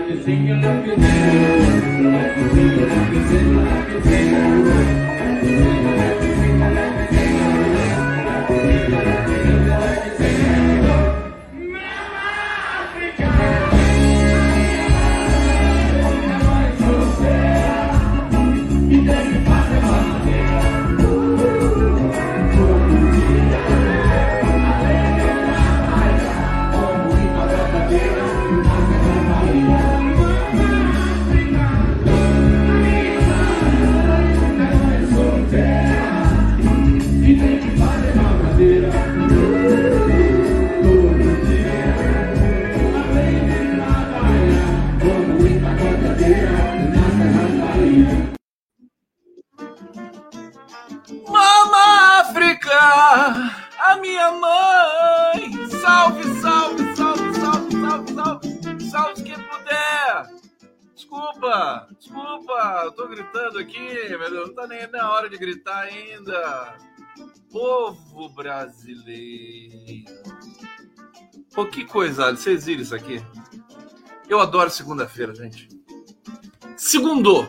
Mama África, a minha mãe, salve, salve, salve, salve, salve, salve, salve quem puder. Desculpa, eu tô gritando aqui, meu Deus, não tá nem na hora de gritar ainda. Povo brasileiro. Pô, que coisa, vocês viram isso aqui? Eu adoro segunda-feira, gente. Segundou,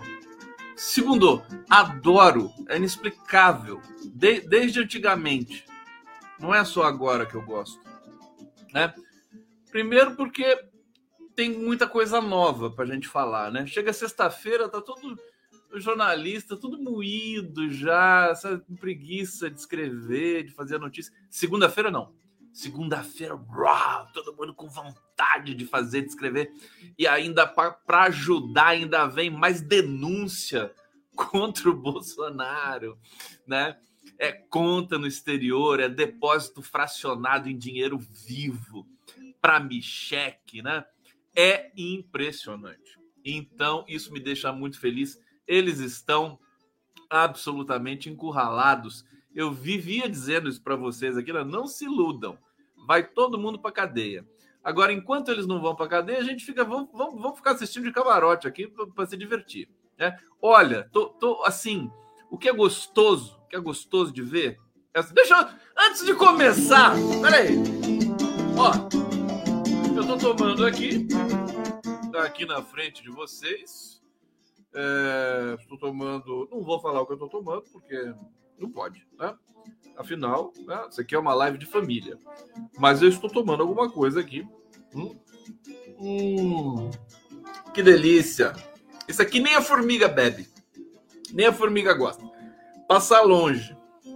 adoro, é inexplicável, desde antigamente, não é só agora que eu gosto, né? Primeiro porque tem muita coisa nova pra gente falar, né? Chega sexta-feira, tá todo o jornalista, tudo moído já, essa preguiça de escrever, de fazer a notícia. Segunda-feira não. Segunda-feira, todo mundo com vontade de fazer, de escrever. E ainda para ajudar, ainda vem mais denúncia contra o Bolsonaro, né? É conta no exterior, é depósito fracionado em dinheiro vivo para Micheque, né? É impressionante. Então, isso me deixa muito feliz. Eles estão absolutamente encurralados. Eu vivia dizendo isso para vocês aqui, não se iludam. Vai todo mundo para cadeia. Agora, enquanto eles não vão para cadeia, a gente fica, vamos ficar assistindo de camarote aqui para se divertir, né? Olha, tô assim, o que é gostoso de ver. Deixa eu, antes de começar, peraí. Ó, eu tô tomando aqui na frente de vocês. Estou tomando, não vou falar o que eu estou tomando porque não pode, né? Afinal, né, isso aqui é uma live de família. Mas eu estou tomando alguma coisa aqui. Que delícia! Isso aqui nem a formiga bebe, nem a formiga gosta. Passa longe.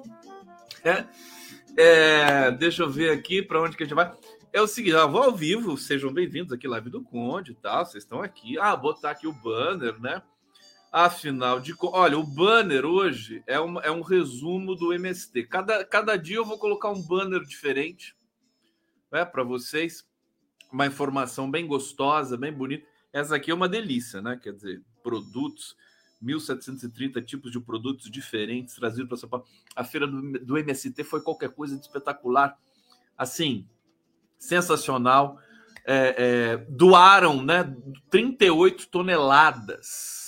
Deixa eu ver aqui para onde que a gente vai. É o seguinte, vou ao vivo, sejam bem-vindos aqui, live do Conde e tal. Vocês estão aqui. Botar aqui o banner, né? Afinal de contas, olha, o banner hoje é um resumo do MST. Cada dia eu vou colocar um banner diferente, né, para vocês. Uma informação bem gostosa, bem bonita. Essa aqui é uma delícia, né? Quer dizer, produtos, 1.730 tipos de produtos diferentes trazidos para São Paulo. A feira do MST foi qualquer coisa de espetacular. Assim, sensacional. Doaram, né, 38 toneladas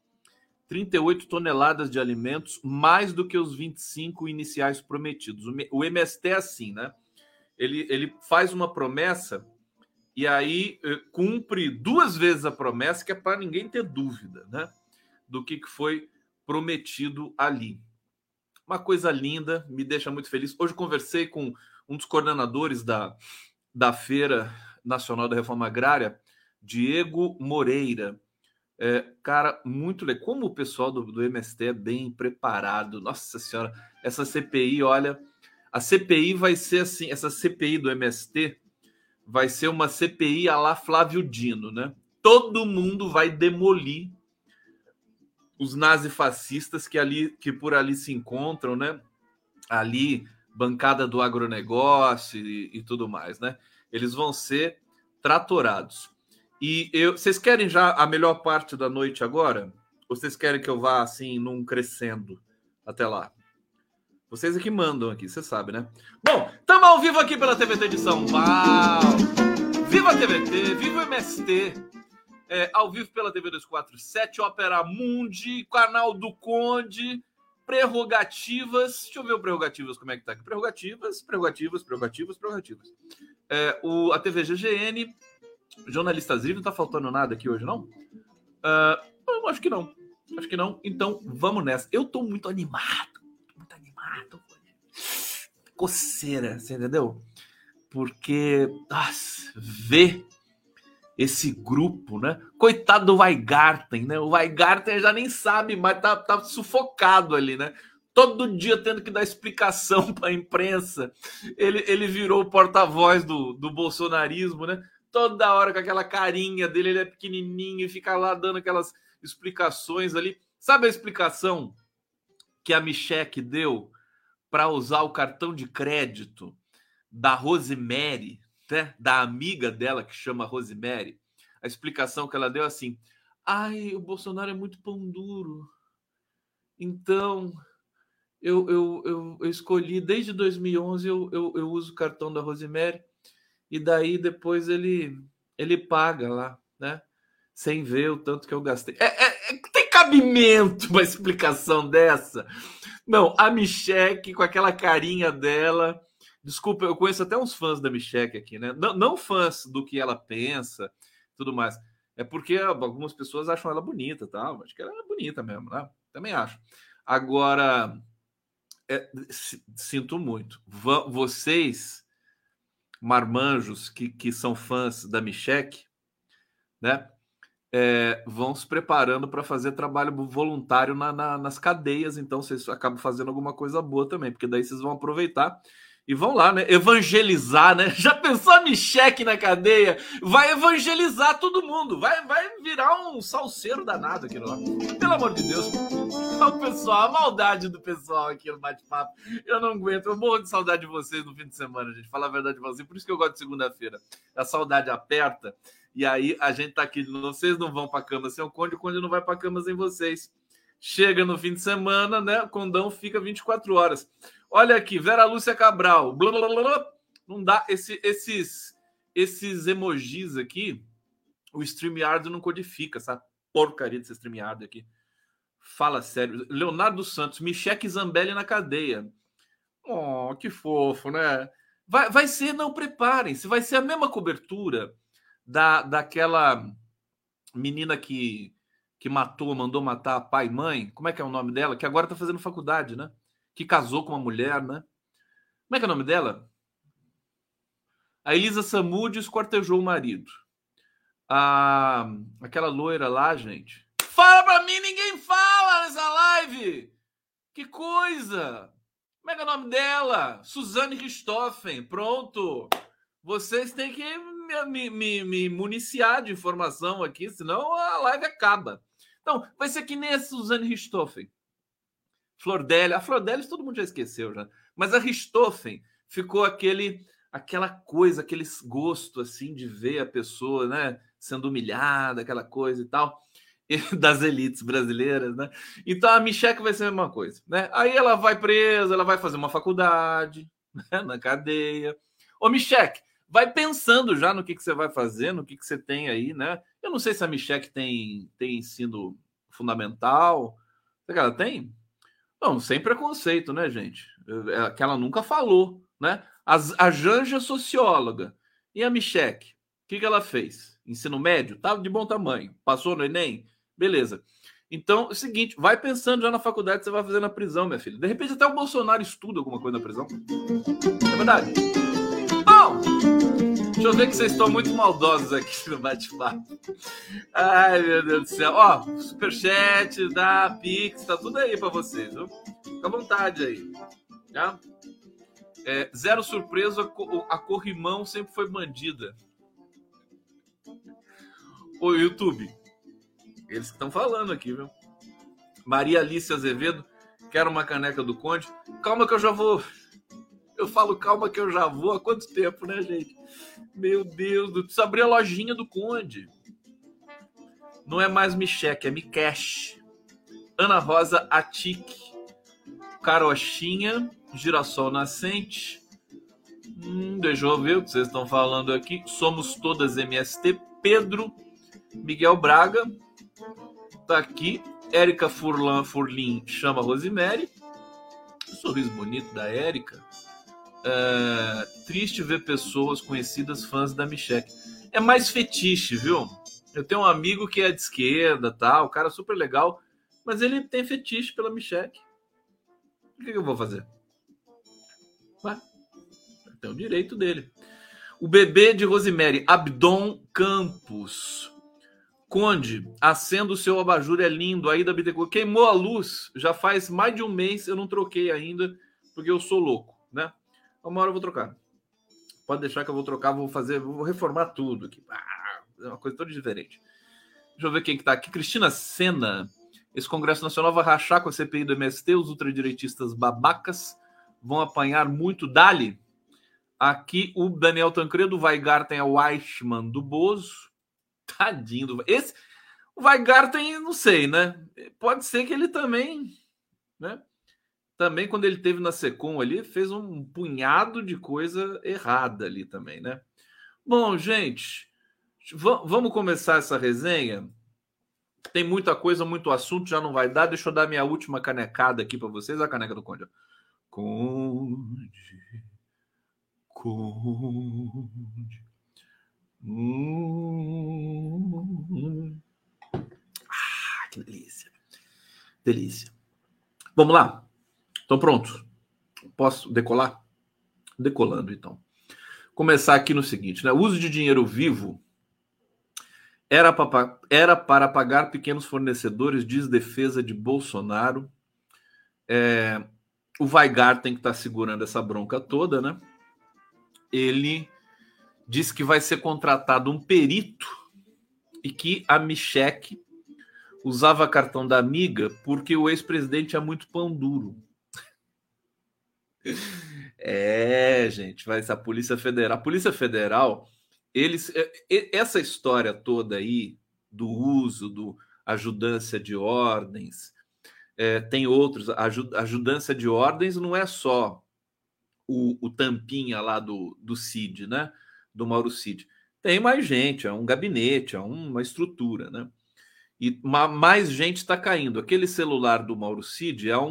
de alimentos, mais do que os 25 iniciais prometidos. O MST é assim, né? Ele faz uma promessa e aí cumpre 2 vezes a promessa, que é para ninguém ter dúvida, né, do que foi prometido ali. Uma coisa linda, me deixa muito feliz. Hoje conversei com um dos coordenadores da Feira Nacional da Reforma Agrária, Diego Moreira. Cara, muito legal. Como o pessoal do MST é bem preparado. Nossa Senhora, essa CPI, olha, a CPI vai ser assim, essa CPI do MST vai ser uma CPI à la Flávio Dino, né? Todo mundo vai demolir os nazifascistas que por ali se encontram, né? Ali, bancada do agronegócio e tudo mais, né? Eles vão ser tratorados. E vocês querem já a melhor parte da noite agora? Ou vocês querem que eu vá assim, num crescendo até lá? Vocês é que mandam aqui, você sabe, né? Bom, estamos ao vivo aqui pela TVT de São Paulo. Viva a TVT, viva o MST. Ao vivo pela TV 247, Opera Mundi, canal do Conde, Prerrogativas. Deixa eu ver o Prerrogativas, como é que tá aqui. Prerrogativas. A TV GGN, Jornalistazinho, não tá faltando nada aqui hoje, não? Eu acho que não. Acho que não. Então, vamos nessa. Eu tô muito animado. Muito animado. Coceira, você entendeu? Porque, nossa, ver esse grupo, né? Coitado do Weigarten, né? O Weigarten já nem sabe, mas tá sufocado ali, né? Todo dia tendo que dar explicação para a imprensa. Ele virou o porta-voz do bolsonarismo, né? Toda hora com aquela carinha dele, ele é pequenininho e fica lá dando aquelas explicações ali. Sabe a explicação que a Michelle deu para usar o cartão de crédito da Rosemary, né? Da amiga dela que chama Rosemary? A explicação que ela deu é assim: ai, o Bolsonaro é muito pão duro. Então, eu escolhi, desde 2011 eu uso o cartão da Rosemary, e daí depois ele paga lá, né? Sem ver o tanto que eu gastei. Tem cabimento uma explicação dessa? Não, a Michelle com aquela carinha dela. Desculpa, eu conheço até uns fãs da Michelle aqui, né? Não fãs do que ela pensa, tudo mais. É porque algumas pessoas acham ela bonita, tá? Acho que ela é bonita mesmo, né? Também acho. Agora, sinto muito. Vocês, marmanjos, que são fãs da Michelle, né? Vão se preparando para fazer trabalho voluntário nas cadeias, então vocês acabam fazendo alguma coisa boa também, porque daí vocês vão aproveitar e vão lá, né? Evangelizar, né? Já pensou a Michelle na cadeia? Vai evangelizar todo mundo, vai virar um salseiro danado aquilo lá. Pelo amor de Deus. O pessoal, a maldade do pessoal aqui no bate-papo, eu não aguento, eu morro de saudade de vocês no fim de semana, gente, falar a verdade pra vocês, por isso que eu gosto de segunda-feira. A saudade aperta. E aí a gente tá aqui, vocês não vão pra cama sem o Conde não vai pra cama sem vocês. Chega no fim de semana, né? O condão fica 24 horas. Olha aqui, Vera Lúcia Cabral. Blá, blá, blá, blá. Não dá. Esses emojis aqui, o StreamYard não codifica, essa porcaria desse StreamYard aqui. Fala sério. Leonardo Santos, Michelle Zambelli na cadeia. Oh, que fofo, né? Vai ser, não, preparem-se, vai ser a mesma cobertura daquela menina que mandou matar pai e mãe. Como é que é o nome dela? Que agora tá fazendo faculdade, né? Que casou com uma mulher, né? Como é que é o nome dela? A Elisa Samúdio esquartejou o marido. Aquela loira lá, gente. Fala pra mim, ninguém fala nessa live! Que coisa! Como é que é o nome dela? Suzane Richthofen. Pronto! Vocês têm que me municiar de informação aqui, senão a live acaba. Então, vai ser que nem a Suzane Richthofen. Flordélia. A Flordélia todo mundo já esqueceu, já. Mas a Richthofen ficou aquela coisa, aquele gosto assim de ver a pessoa, né, sendo humilhada, aquela coisa e tal, das elites brasileiras, né? Então a Michelle vai ser a mesma coisa, né? Aí ela vai presa, ela vai fazer uma faculdade, né, na cadeia. Ô, Michelle, vai pensando já no que você vai fazer, no que você tem aí, né? Eu não sei se a Michelle tem ensino fundamental. Será que ela tem? Não, sem preconceito, né, gente? Que ela nunca falou, né? A Janja é socióloga. E a Michelle? O que ela fez? Ensino médio? Tava de bom tamanho. Passou no Enem? Beleza. Então, é o seguinte, vai pensando já na faculdade que você vai fazer na prisão, minha filha. De repente até o Bolsonaro estuda alguma coisa na prisão. É verdade? Bom, deixa eu ver que vocês estão muito maldosos aqui no bate-papo. Ai, meu Deus do céu. Ó, superchat, da Pix, tá tudo aí pra vocês, viu? Fica à vontade aí. Tá? Zero surpresa, a corrimão sempre foi bandida. Ô, YouTube, eles que estão falando aqui, viu? Maria Alice Azevedo, quero uma caneca do Conde. Calma que eu já vou. Eu falo calma que eu já vou. Há quanto tempo, né, gente? Meu Deus, precisa abrir a lojinha do Conde. Não é mais Michelle, é Mikesh. Ana Rosa Atique. Carochinha, Girassol Nascente. Deixa eu ver o que vocês estão falando aqui. Somos todas MST. Pedro Miguel Braga tá aqui. Érica Furlim chama Rosemary. Sorriso bonito da Érica. Triste ver pessoas conhecidas fãs da Michelle. é mais fetiche, viu? Eu tenho um amigo que é de esquerda, tal, cara super legal, mas ele tem fetiche pela Michelle. O que eu vou fazer? Ué, tem o direito dele. O bebê de Rosemary, Abdon Campos. Conde, acenda o seu abajur, é lindo. Aí da Bittencourt queimou a luz, já faz mais de um mês, eu não troquei ainda, porque eu sou louco, né? Uma hora eu vou trocar. Pode deixar que eu vou trocar, vou reformar tudo aqui. É uma coisa toda diferente. Deixa eu ver quem que tá aqui. Cristina Sena. Esse Congresso Nacional vai rachar com a CPI do MST, os ultradireitistas babacas vão apanhar muito. Dali. Aqui o Daniel Tancredo, o Weigarten é o Eichmann do Bozo. Tadinho do... Esse, o Weigarten, não sei, né? Pode ser que ele também, né? Também, quando ele teve na Secom ali, fez um punhado de coisa errada ali também, né? Bom, gente, vamos começar essa resenha. Tem muita coisa, muito assunto, já não vai dar. Deixa eu dar minha última canecada aqui para vocês. A caneca do Conde. Conde. Que delícia. Delícia. Vamos lá? Estão prontos? Posso decolar? Decolando, então. Começar aqui no seguinte, né? O uso de dinheiro vivo era para pagar pequenos fornecedores, diz defesa de Bolsonaro. O Weigarten, que está segurando essa bronca toda, né? Ele diz que vai ser contratado um perito e que a Michelle usava cartão da amiga porque o ex-presidente é muito pão duro. Gente, vai ser a Polícia Federal. A Polícia Federal, essa história toda aí do uso do ajudância de ordens, tem outros. Ajudância de ordens não é só o tampinha lá do Cid, né? Do Mauro Cid. Tem mais gente, é um gabinete, é uma estrutura, né? E mais gente está caindo. Aquele celular do Mauro Cid é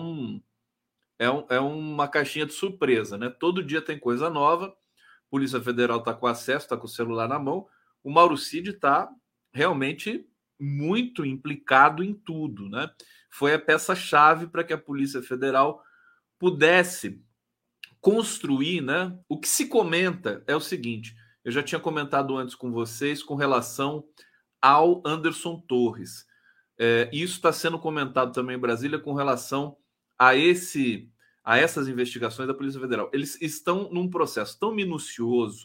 uma caixinha de surpresa, né? Todo dia tem coisa nova. A Polícia Federal está com acesso, está com o celular na mão. O Mauro Cid está realmente muito implicado em tudo, né? Foi a peça-chave para que a Polícia Federal pudesse construir, né? O que se comenta é o seguinte: eu já tinha comentado antes com vocês com relação ao Anderson Torres. Isso está sendo comentado também em Brasília com relação a essas investigações da Polícia Federal. Eles estão num processo tão minucioso,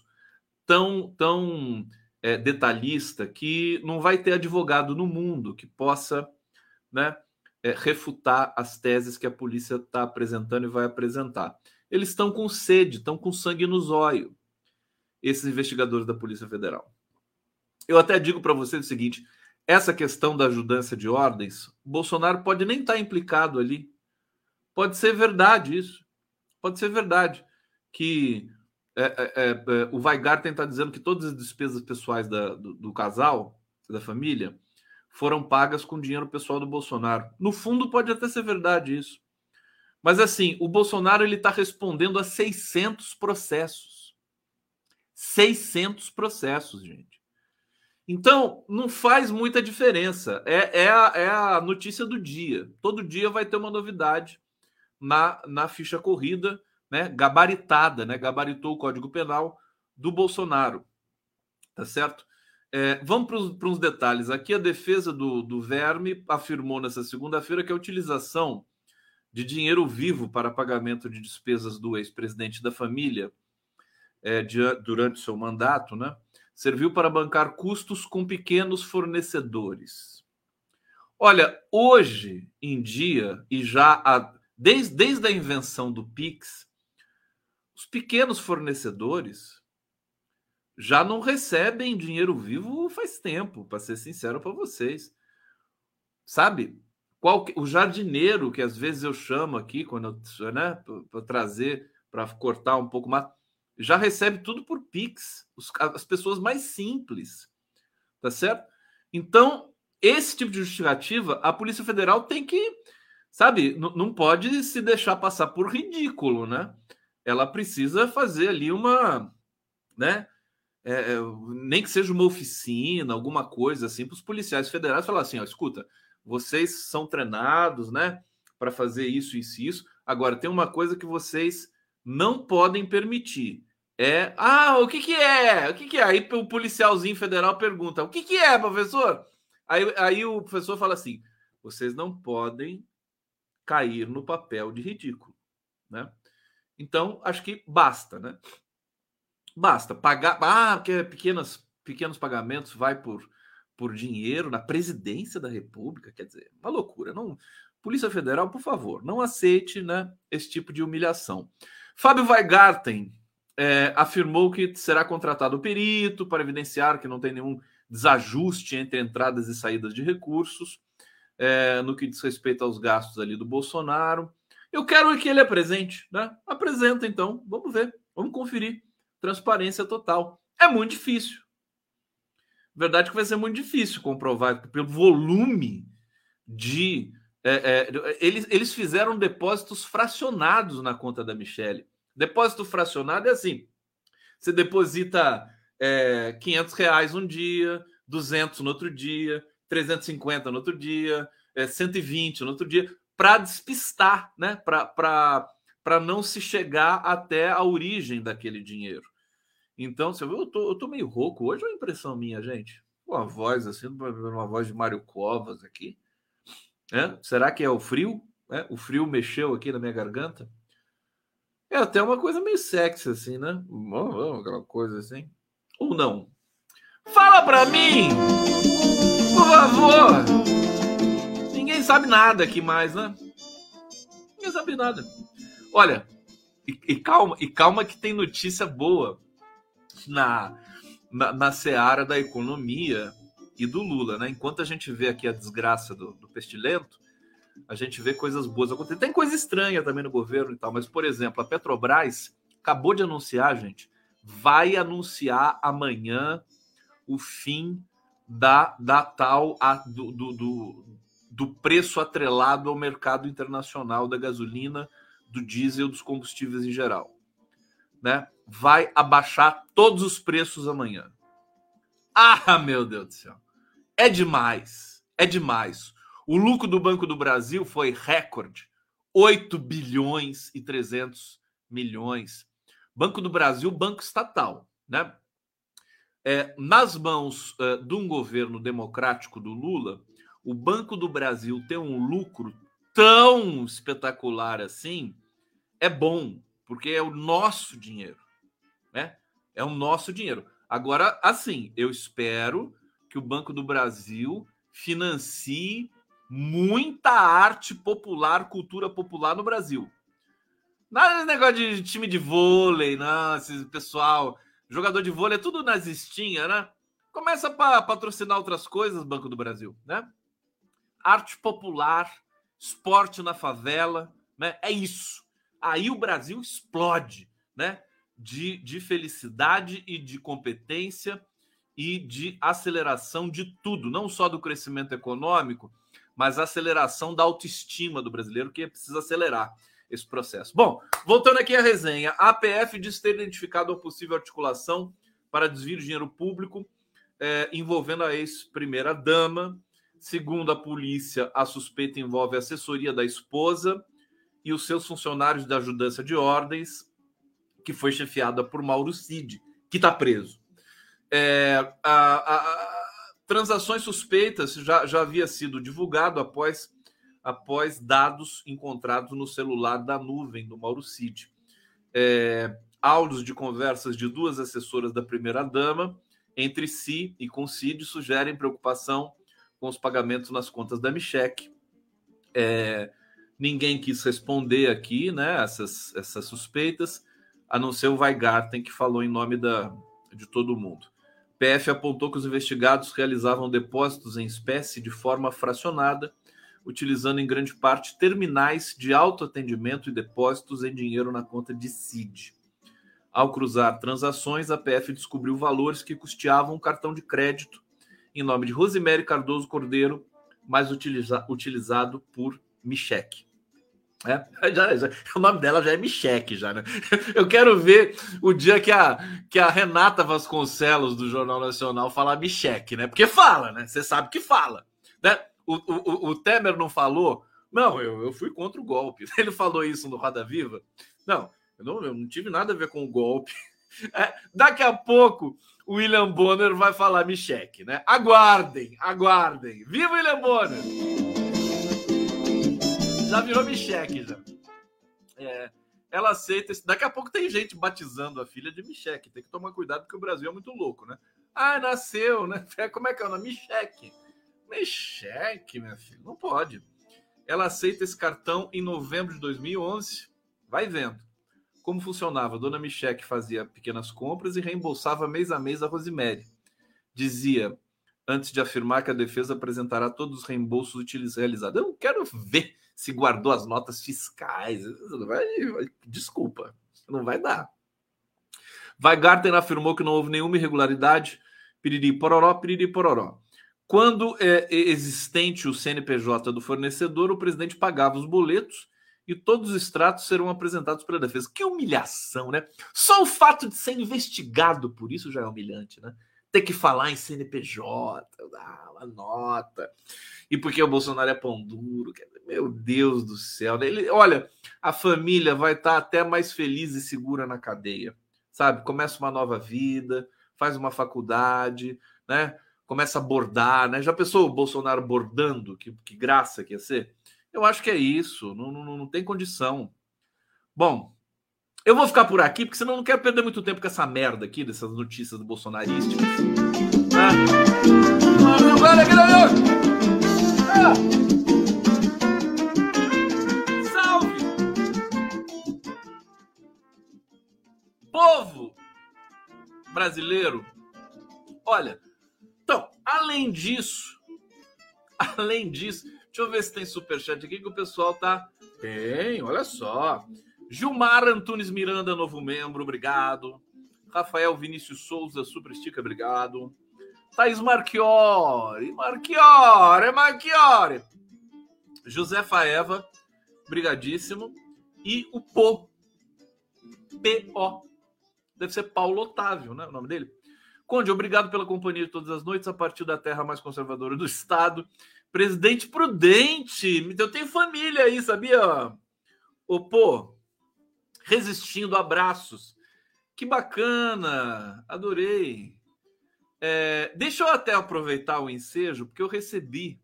tão detalhista, que não vai ter advogado no mundo que possa, né, refutar as teses que a polícia está apresentando e vai apresentar. Eles estão com sede, estão com sangue nos olhos, esses investigadores da Polícia Federal. Eu até digo para vocês o seguinte: essa questão da ajudância de ordens, Bolsonaro pode nem estar implicado ali. Pode ser verdade isso. Pode ser verdade que o Weigarten está dizendo que todas as despesas pessoais do casal, da família, foram pagas com dinheiro pessoal do Bolsonaro. No fundo, pode até ser verdade isso. Mas, assim, o Bolsonaro está respondendo a 600 processos. 600 processos, gente. Então, não faz muita diferença. É a notícia do dia. Todo dia vai ter uma novidade na ficha corrida, né, gabaritada, né, gabaritou o Código Penal do Bolsonaro, tá certo? Vamos para uns detalhes. Aqui a defesa do Verme afirmou nessa segunda-feira que a utilização de dinheiro vivo para pagamento de despesas do ex-presidente da família durante seu mandato, né, serviu para bancar custos com pequenos fornecedores. Olha, hoje em dia, e já desde a invenção do Pix, os pequenos fornecedores já não recebem dinheiro vivo faz tempo, para ser sincero para vocês. Sabe? O jardineiro, que às vezes eu chamo aqui, quando né, para trazer, para cortar um pouco mais, já recebe tudo por Pix. As pessoas mais simples. Tá certo? Então, esse tipo de justificativa, a Polícia Federal tem que, sabe, não pode se deixar passar por ridículo, né? Ela precisa fazer ali uma, né, nem que seja uma oficina, alguma coisa assim, para os policiais federais falar assim, ó, escuta, vocês são treinados, né, para fazer isso, isso e isso. Agora, tem uma coisa que vocês não podem permitir. O que que é? O que que é? Aí o policialzinho federal pergunta, o que que é, professor? Aí o professor fala assim, vocês não podem cair no papel de ridículo, né? Então, acho que basta, né? Basta pagar. Porque pequenos pagamentos vai por dinheiro na presidência da República. Quer dizer, uma loucura. Não, Polícia Federal, por favor, não aceite, né, esse tipo de humilhação. Fábio Weingarten afirmou que será contratado perito para evidenciar que não tem nenhum desajuste entre entradas e saídas de recursos, no que diz respeito aos gastos ali do Bolsonaro. Eu quero que ele apresente, né? Apresenta, então. Vamos ver, vamos conferir. Transparência total. É muito difícil. Verdade que vai ser muito difícil comprovar pelo volume de... eles fizeram depósitos fracionados na conta da Michelle. Depósito fracionado é assim, você deposita R$500 um dia, 200 no outro dia, 350 no outro dia, 120 no outro dia, para despistar, né? Para não se chegar até a origem daquele dinheiro. Então, você viu, eu tô meio rouco hoje, é uma impressão minha, gente. Uma voz assim, uma voz de Mário Covas aqui. Será que é o frio? O frio mexeu aqui na minha garganta? É até uma coisa meio sexy, assim, né? Aquela coisa assim. Ou não? Fala pra mim! Por favor! Ninguém sabe nada aqui mais, né? Ninguém sabe nada. Olha, calma que tem notícia boa na seara da economia e do Lula, né? Enquanto a gente vê aqui a desgraça do Pestilento, a gente vê coisas boas acontecendo. Tem coisa estranha também no governo e tal, mas, por exemplo, a Petrobras acabou de anunciar, gente, vai anunciar amanhã o fim da tal do preço atrelado ao mercado internacional da gasolina, do diesel, dos combustíveis em geral, né? Vai abaixar todos os preços amanhã. Meu Deus do céu. É demais. É demais. O lucro do Banco do Brasil foi recorde. 8 bilhões e 300 milhões. Banco do Brasil, banco estatal, né? Nas mãos de um governo democrático do Lula, o Banco do Brasil ter um lucro tão espetacular assim é bom, porque é o nosso dinheiro, né? É o nosso dinheiro. Agora, assim, eu espero que o Banco do Brasil financie muita arte popular, cultura popular no Brasil. Nada de negócio de time de vôlei, não, esse pessoal, jogador de vôlei, é tudo nazistinha, né? Começa a patrocinar outras coisas, Banco do Brasil, né? Arte popular, esporte na favela, né? É isso. Aí o Brasil explode, né? De felicidade e de competência e de aceleração de tudo, não só do crescimento econômico, mas a aceleração da autoestima do brasileiro, que precisa acelerar esse processo. Bom, voltando aqui à resenha, a APF diz ter identificado a possível articulação para desvio de dinheiro público envolvendo a ex-primeira-dama. Segundo a polícia, a suspeita envolve a assessoria da esposa e os seus funcionários da ajudança de ordens, que foi chefiada por Mauro Cid, que está preso. Transações suspeitas já havia sido divulgado após dados encontrados no celular da nuvem do Mauro Cid. Áudios de conversas de duas assessoras da primeira-dama entre si e com Cid sugerem preocupação com os pagamentos nas contas da Michelle. Ninguém quis responder aqui, né, essas suspeitas, a não ser o Weingarten, que falou em nome de todo mundo. PF apontou que os investigados realizavam depósitos em espécie de forma fracionada, utilizando em grande parte terminais de autoatendimento e depósitos em dinheiro na conta de Cid. Ao cruzar transações, a PF descobriu valores que custeavam um cartão de crédito em nome de Rosemary Cardoso Cordeiro, mais utilizado por Michelle. O nome dela já é Micheque, já, né? Eu quero ver o dia que a Renata Vasconcelos, do Jornal Nacional, falar Micheque, né? Porque fala, né? Você sabe que fala. Né? O Temer não falou? Não, eu fui contra o golpe. Ele falou isso no Roda Viva? Não, eu não tive nada a ver com o golpe. Daqui a pouco o William Bonner vai falar Micheque, né? Aguardem. Viva o William Bonner! Já virou Micheque, já. Ela aceita. Daqui a pouco tem gente batizando a filha de Micheque. Tem que tomar cuidado porque o Brasil é muito louco, né? Nasceu, né? Como é que é o nome? Micheque. Micheque, minha filha. Não pode. Ela aceita esse cartão em novembro de 2011. Vai vendo como funcionava. Dona Micheque fazia pequenas compras e reembolsava mês a mês a Rosemary. Dizia, antes de afirmar que a defesa apresentará todos os reembolsos realizados. Eu não quero ver se guardou as notas fiscais. Desculpa, não vai dar. Weingarten afirmou que não houve nenhuma irregularidade. Piriri pororó. Quando é existente o CNPJ do fornecedor, o presidente pagava os boletos e todos os extratos serão apresentados pela defesa. Que humilhação, né? Só o fato de ser investigado por isso já é humilhante, né? Ter que falar em CNPJ, uma nota. E porque o Bolsonaro é pão duro. Meu Deus do céu. Olha, a família vai estar até mais feliz e segura na cadeia. Sabe? Começa uma nova vida, faz uma faculdade, né? Começa a bordar, né? Já pensou o Bolsonaro bordando? Que graça que ia ser? Eu acho que é isso. Não tem condição. Bom, eu vou ficar por aqui, porque senão eu não quero perder muito tempo com essa merda aqui, dessas notícias bolsonarísticas. Salve! Povo brasileiro! Olha, então, além disso, deixa eu ver se tem superchat aqui que o pessoal tá... Tem, olha só. Gilmar Antunes Miranda, novo membro, obrigado. Rafael Vinícius Souza, super estica, obrigado. Thaís Marchiori. Josefa Eva, brigadíssimo. E o P.O. Deve ser Paulo Otávio, né? O nome dele. Conde, obrigado pela companhia de todas as noites a partir da terra mais conservadora do estado. Presidente prudente. Eu tenho família aí, sabia? Resistindo, abraços. Que bacana. Adorei. Deixa eu até aproveitar o ensejo, porque eu recebi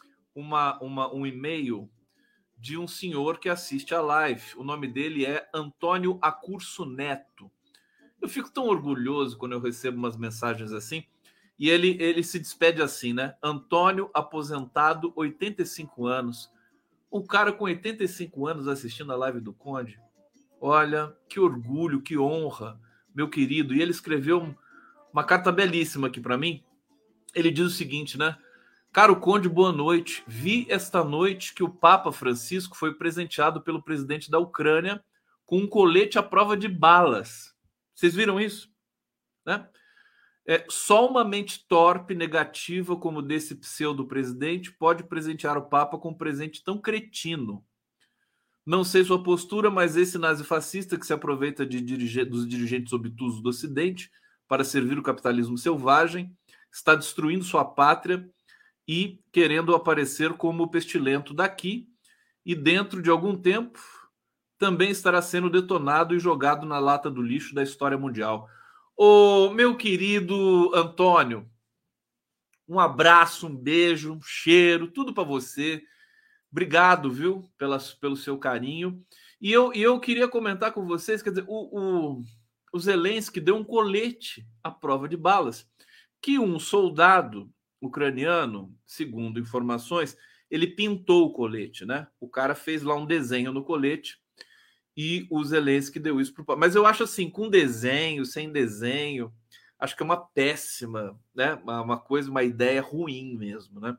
um e-mail de um senhor que assiste a live. O nome dele é Antônio Acurso Neto. Eu fico tão orgulhoso quando eu recebo umas mensagens assim. E ele se despede assim, né? Antônio, aposentado, 85 anos. Um cara com 85 anos assistindo a live do Conde. Olha, que orgulho, que honra, meu querido. E ele escreveu uma carta belíssima aqui para mim. Ele diz o seguinte, né? Caro Conde, boa noite. Vi esta noite que o Papa Francisco foi presenteado pelo presidente da Ucrânia com um colete à prova de balas. Vocês viram isso? Né? Só uma mente torpe, negativa como desse pseudo-presidente pode presentear o Papa com um presente tão cretino. Não sei sua postura, mas esse nazifascista que se aproveita dos dirigentes obtusos do Ocidente para servir o capitalismo selvagem está destruindo sua pátria e querendo aparecer como o pestilento daqui e dentro de algum tempo também estará sendo detonado e jogado na lata do lixo da história mundial. Ô, meu querido Antônio, um abraço, um beijo, um cheiro, tudo para você. Obrigado, viu, pelo seu carinho. E eu queria comentar com vocês, quer dizer, o Zelensky deu um colete à prova de balas, que um soldado ucraniano, segundo informações, ele pintou o colete, né? O cara fez lá um desenho no colete e o Zelensky deu isso pro... Mas eu acho assim, com desenho, sem desenho, acho que é uma péssima, né? Uma ideia ruim mesmo, né?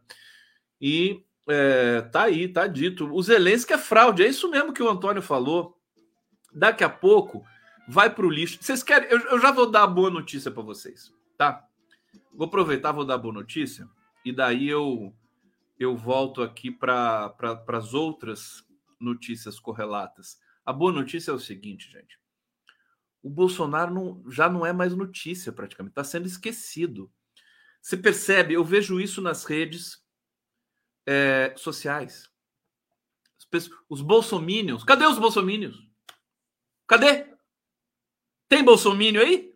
E tá aí, tá dito. O Zelensky é fraude, é isso mesmo que o Antônio falou. Daqui a pouco vai pro lixo. Vocês querem? Eu já vou dar a boa notícia para vocês, tá? Vou aproveitar, vou dar a boa notícia e daí eu volto aqui para as outras notícias correlatas. A boa notícia é o seguinte, gente. O Bolsonaro já não é mais notícia, praticamente. Está sendo esquecido. Você percebe? Eu vejo isso nas redes sociais. Os bolsominions. Cadê os bolsominions? Cadê? Tem bolsomínio aí?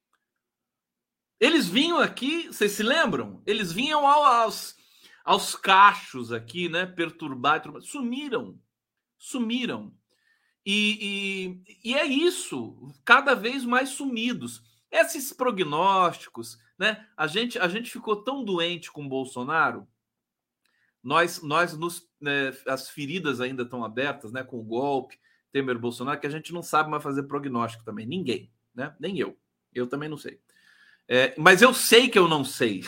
Eles vinham aqui, vocês se lembram? Eles vinham aos cachos aqui, né? Perturbar. Sumiram. E é isso, cada vez mais sumidos. Esses prognósticos, né? A gente ficou tão doente com o Bolsonaro, as feridas ainda estão abertas, né? Com o golpe, Temer, Bolsonaro, que a gente não sabe mais fazer prognóstico também. Ninguém, né? Nem eu. Eu também não sei. Mas eu sei que eu não sei.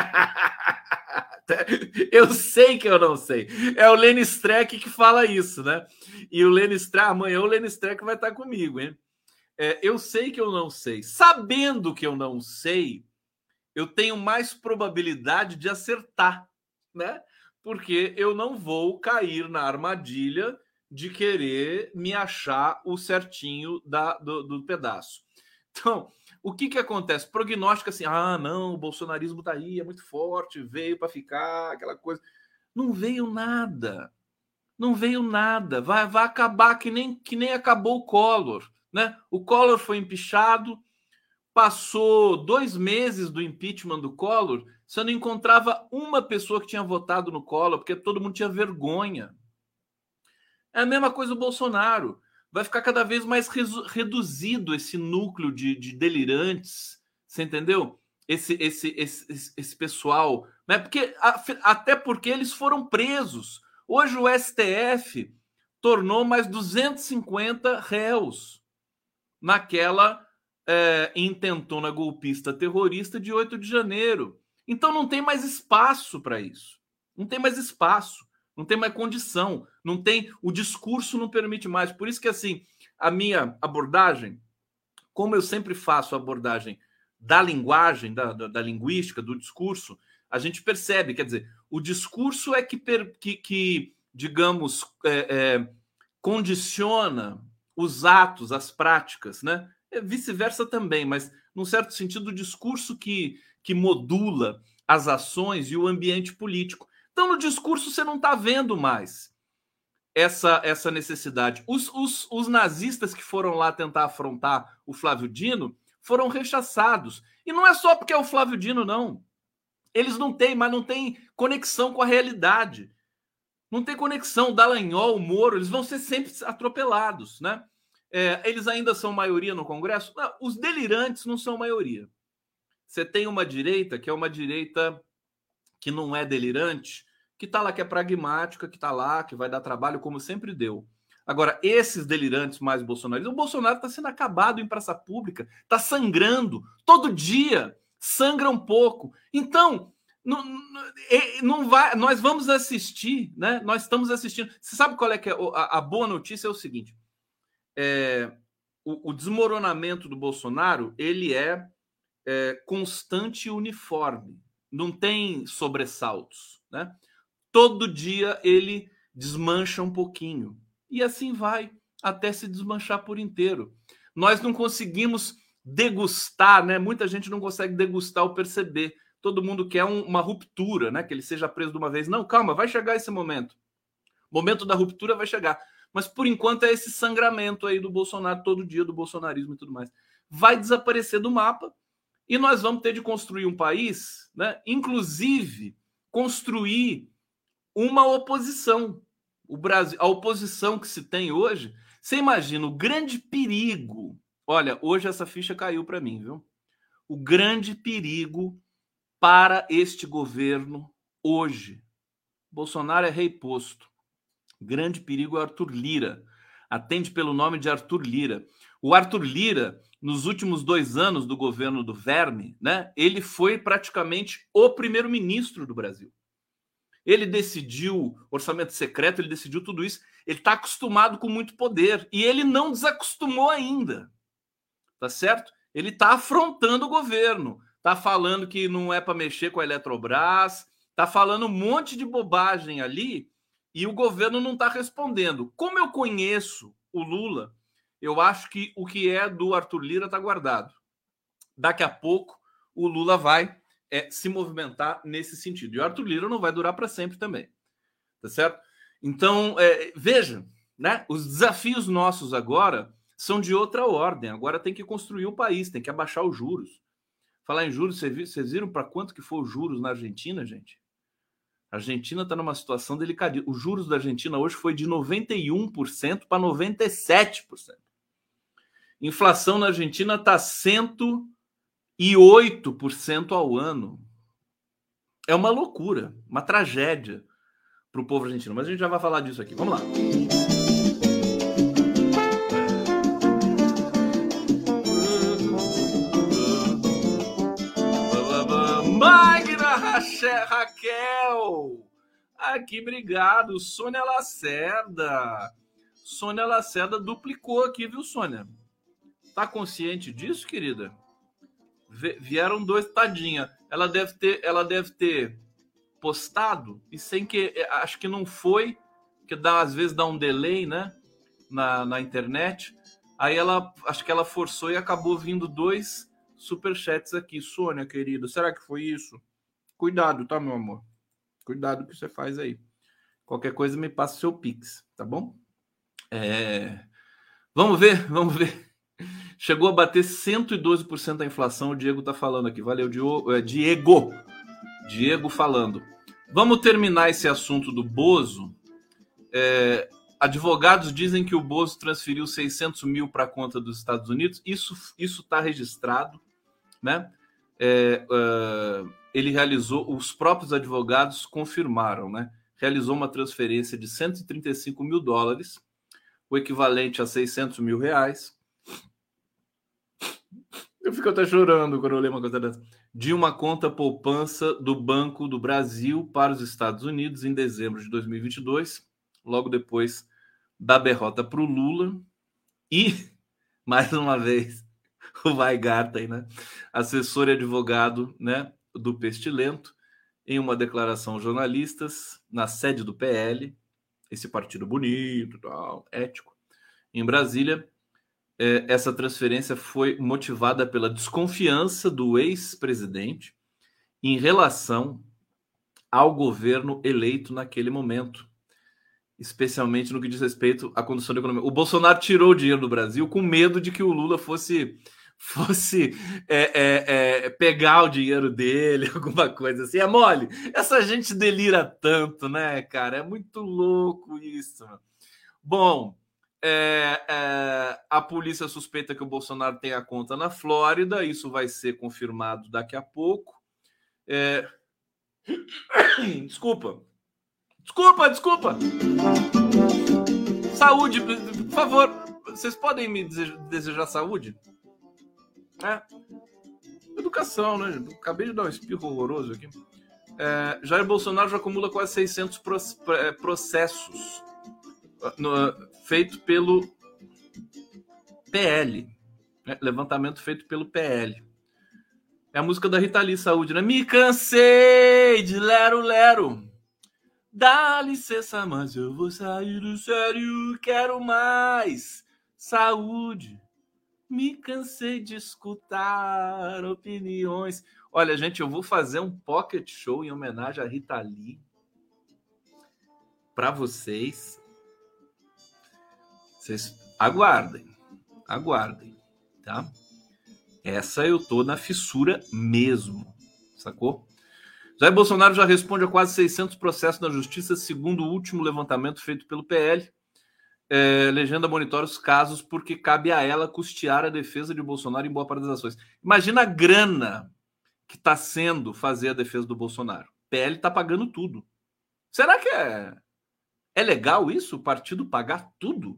Eu sei que eu não sei. É o Lenny Streck que fala isso, né? E o Lenny Streck, amanhã o Lenny Streck vai estar comigo, hein? Eu sei que eu não sei. Sabendo que eu não sei, eu tenho mais probabilidade de acertar, né? Porque eu não vou cair na armadilha de querer me achar o certinho do pedaço. Então, o que acontece? Prognóstico assim, não, o bolsonarismo tá aí, é muito forte, veio para ficar, aquela coisa. Não veio nada. Não veio nada. Vai acabar que nem acabou o Collor, né? O Collor foi empichado, passou 2 meses do impeachment do Collor, você não encontrava uma pessoa que tinha votado no Collor, porque todo mundo tinha vergonha. É a mesma coisa o Bolsonaro. Vai ficar cada vez mais reduzido esse núcleo de delirantes, você entendeu? Esse pessoal, né? Até porque eles foram presos. Hoje o STF tornou mais 250 réus naquela intentona golpista terrorista de 8 de janeiro. Então não tem mais espaço para isso. Não tem mais espaço. Não tem mais condição, não tem, o discurso não permite mais. Por isso que, assim, a minha abordagem, como eu sempre faço a abordagem da linguagem, da linguística, do discurso, a gente percebe, quer dizer, o discurso é que digamos, condiciona os atos, as práticas, né? Vice-versa também, mas, num certo sentido, o discurso que modula as ações e o ambiente político. Então, no discurso, você não está vendo mais essa necessidade. Os nazistas que foram lá tentar afrontar o Flávio Dino foram rechaçados. E não é só porque é o Flávio Dino, não. Eles não têm conexão com a realidade. Não tem conexão. O Dallagnol, o Moro, eles vão ser sempre atropelados, né? Eles ainda são maioria no Congresso? Não, os delirantes não são maioria. Você tem uma direita que é uma direita que não é delirante, que está lá, que é pragmática, que está lá, que vai dar trabalho, como sempre deu. Agora, esses delirantes mais bolsonaristas, o Bolsonaro está sendo acabado em praça pública, está sangrando, todo dia sangra um pouco. Então, não vai, nós vamos assistir, né? Nós estamos assistindo. Você sabe qual é que é a boa notícia? É o seguinte, o desmoronamento do Bolsonaro, ele é constante e uniforme. Não tem sobressaltos, né? Todo dia ele desmancha um pouquinho. E assim vai, até se desmanchar por inteiro. Nós não conseguimos degustar, né? Muita gente não consegue degustar ou perceber. Todo mundo quer uma ruptura, né? Que ele seja preso de uma vez. Não, calma, vai chegar esse momento. O momento da ruptura vai chegar. Mas, por enquanto, é esse sangramento aí do Bolsonaro, todo dia, do bolsonarismo e tudo mais. Vai desaparecer do mapa. E nós vamos ter de construir um país, né? Inclusive construir uma oposição. O Brasil, a oposição que se tem hoje, você imagina o grande perigo. Olha, hoje essa ficha caiu para mim, viu? O grande perigo para este governo hoje. Bolsonaro é rei posto. Grande perigo é Arthur Lira. Atende pelo nome de Arthur Lira. O Arthur Lira, nos últimos 2 anos do governo do Verme, né, ele foi praticamente o primeiro-ministro do Brasil. Ele decidiu orçamento secreto, ele decidiu tudo isso. Ele está acostumado com muito poder e ele não desacostumou ainda, tá certo? Ele está afrontando o governo, está falando que não é para mexer com a Eletrobras, está falando um monte de bobagem ali E o governo não está respondendo. Como eu conheço o Lula, eu acho que o que é do Arthur Lira está guardado. Daqui a pouco o Lula vai se movimentar nesse sentido. E o Arthur Lira não vai durar para sempre também. Tá certo? Então, veja, né? Os desafios nossos agora são de outra ordem. Agora tem que construir o país, tem que abaixar os juros. Falar em juros, vocês viram para quanto que foi os juros na Argentina, gente? A Argentina está numa situação delicada. Os juros da Argentina hoje foi de 91% para 97%. Inflação na Argentina está 108% ao ano. É uma loucura, uma tragédia para o povo argentino. Mas a gente já vai falar disso aqui. Vamos lá. Magna Raquel! Aqui, obrigado. Sônia Lacerda. Sônia Lacerda duplicou aqui, viu, Sônia? Tá consciente disso, querida? Vieram 2, tadinha. Ela deve ter postado e sem que... Acho que não foi, que às vezes dá um delay, né? Na internet. Aí acho que ela forçou e acabou vindo 2 superchats aqui. Sônia, querida, será que foi isso? Cuidado, tá, meu amor? Cuidado com o que você faz aí. Qualquer coisa me passa o seu Pix, tá bom? Vamos ver. Chegou a bater 112% a inflação, o Diego tá falando aqui. Valeu, Diego. Diego falando. Vamos terminar esse assunto do Bozo. Advogados dizem que o Bozo transferiu 600 mil para a conta dos Estados Unidos. Isso está registrado, né? Ele realizou, os próprios advogados confirmaram, né? Realizou uma transferência de 135 mil dólares, o equivalente a 600 mil reais. Eu fico até chorando quando eu leio uma coisa dessa. De uma conta poupança do Banco do Brasil para os Estados Unidos em dezembro de 2022, logo depois da derrota para o Lula. E, mais uma vez, o Weingarten, né? Assessor e advogado, né, do Pestilento, em uma declaração aos jornalistas na sede do PL, esse partido bonito, tal, ético, em Brasília. Essa transferência foi motivada pela desconfiança do ex-presidente em relação ao governo eleito naquele momento, especialmente no que diz respeito à condução da economia. O Bolsonaro tirou o dinheiro do Brasil com medo de que o Lula fosse pegar o dinheiro dele, alguma coisa assim. É mole. Essa gente delira tanto, né, cara? É muito louco isso. Bom, a polícia suspeita que o Bolsonaro tem a conta na Flórida. Isso vai ser confirmado daqui a pouco. Desculpa. Saúde, por favor. Vocês podem me desejar saúde? Educação, né? Acabei de dar um espirro horroroso aqui. Jair Bolsonaro já acumula quase 600 processos feito pelo PL. Levantamento feito pelo PL. É a música da Rita Lee, Saúde, né? Me cansei de lero. Dá licença, mas eu vou sair do sério. Quero mais saúde. Me cansei de escutar opiniões. Olha, gente, eu vou fazer um pocket show em homenagem a Rita Lee para vocês. Vocês aguardem, tá? Essa eu tô na fissura mesmo, sacou? Jair Bolsonaro já responde a quase 600 processos na justiça, segundo o último levantamento feito pelo PL. Legenda monitora os casos porque cabe a ela custear a defesa de Bolsonaro em boa parte das ações. Imagina a grana que está sendo fazer a defesa do Bolsonaro. O PL está pagando tudo. Será que é legal isso? O partido pagar tudo?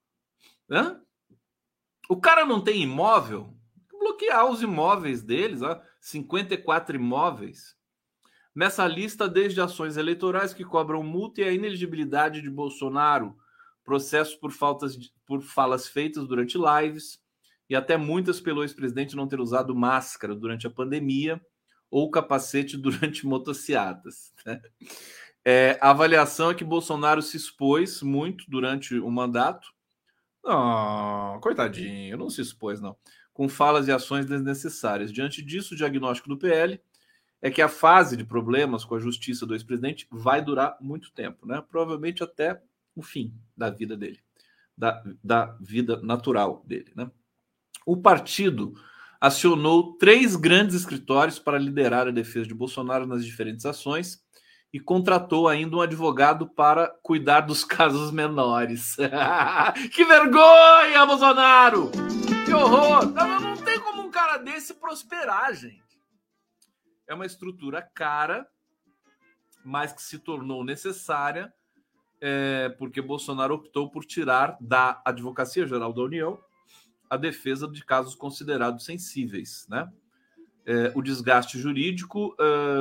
O cara não tem imóvel? Bloquear os imóveis deles, 54 imóveis. Nessa lista, desde ações eleitorais que cobram multa e a ineligibilidade de Bolsonaro, processos por falas feitas durante lives e até muitas pelo ex-presidente não ter usado máscara durante a pandemia ou capacete durante motociatas. Né? A avaliação é que Bolsonaro se expôs muito durante o mandato. Não, coitadinho, não se expôs, não. Com falas e ações desnecessárias. Diante disso, o diagnóstico do PL é que a fase de problemas com a justiça do ex-presidente vai durar muito tempo, né? Provavelmente até o fim da vida dele, da vida natural dele, né? O partido acionou 3 grandes escritórios para liderar a defesa de Bolsonaro nas diferentes ações e contratou ainda um advogado para cuidar dos casos menores. Que vergonha, Bolsonaro! Que horror! Não tem como um cara desse prosperar, gente. É uma estrutura cara, mas que se tornou necessária porque Bolsonaro optou por tirar da Advocacia Geral da União a defesa de casos considerados sensíveis, né? O desgaste jurídico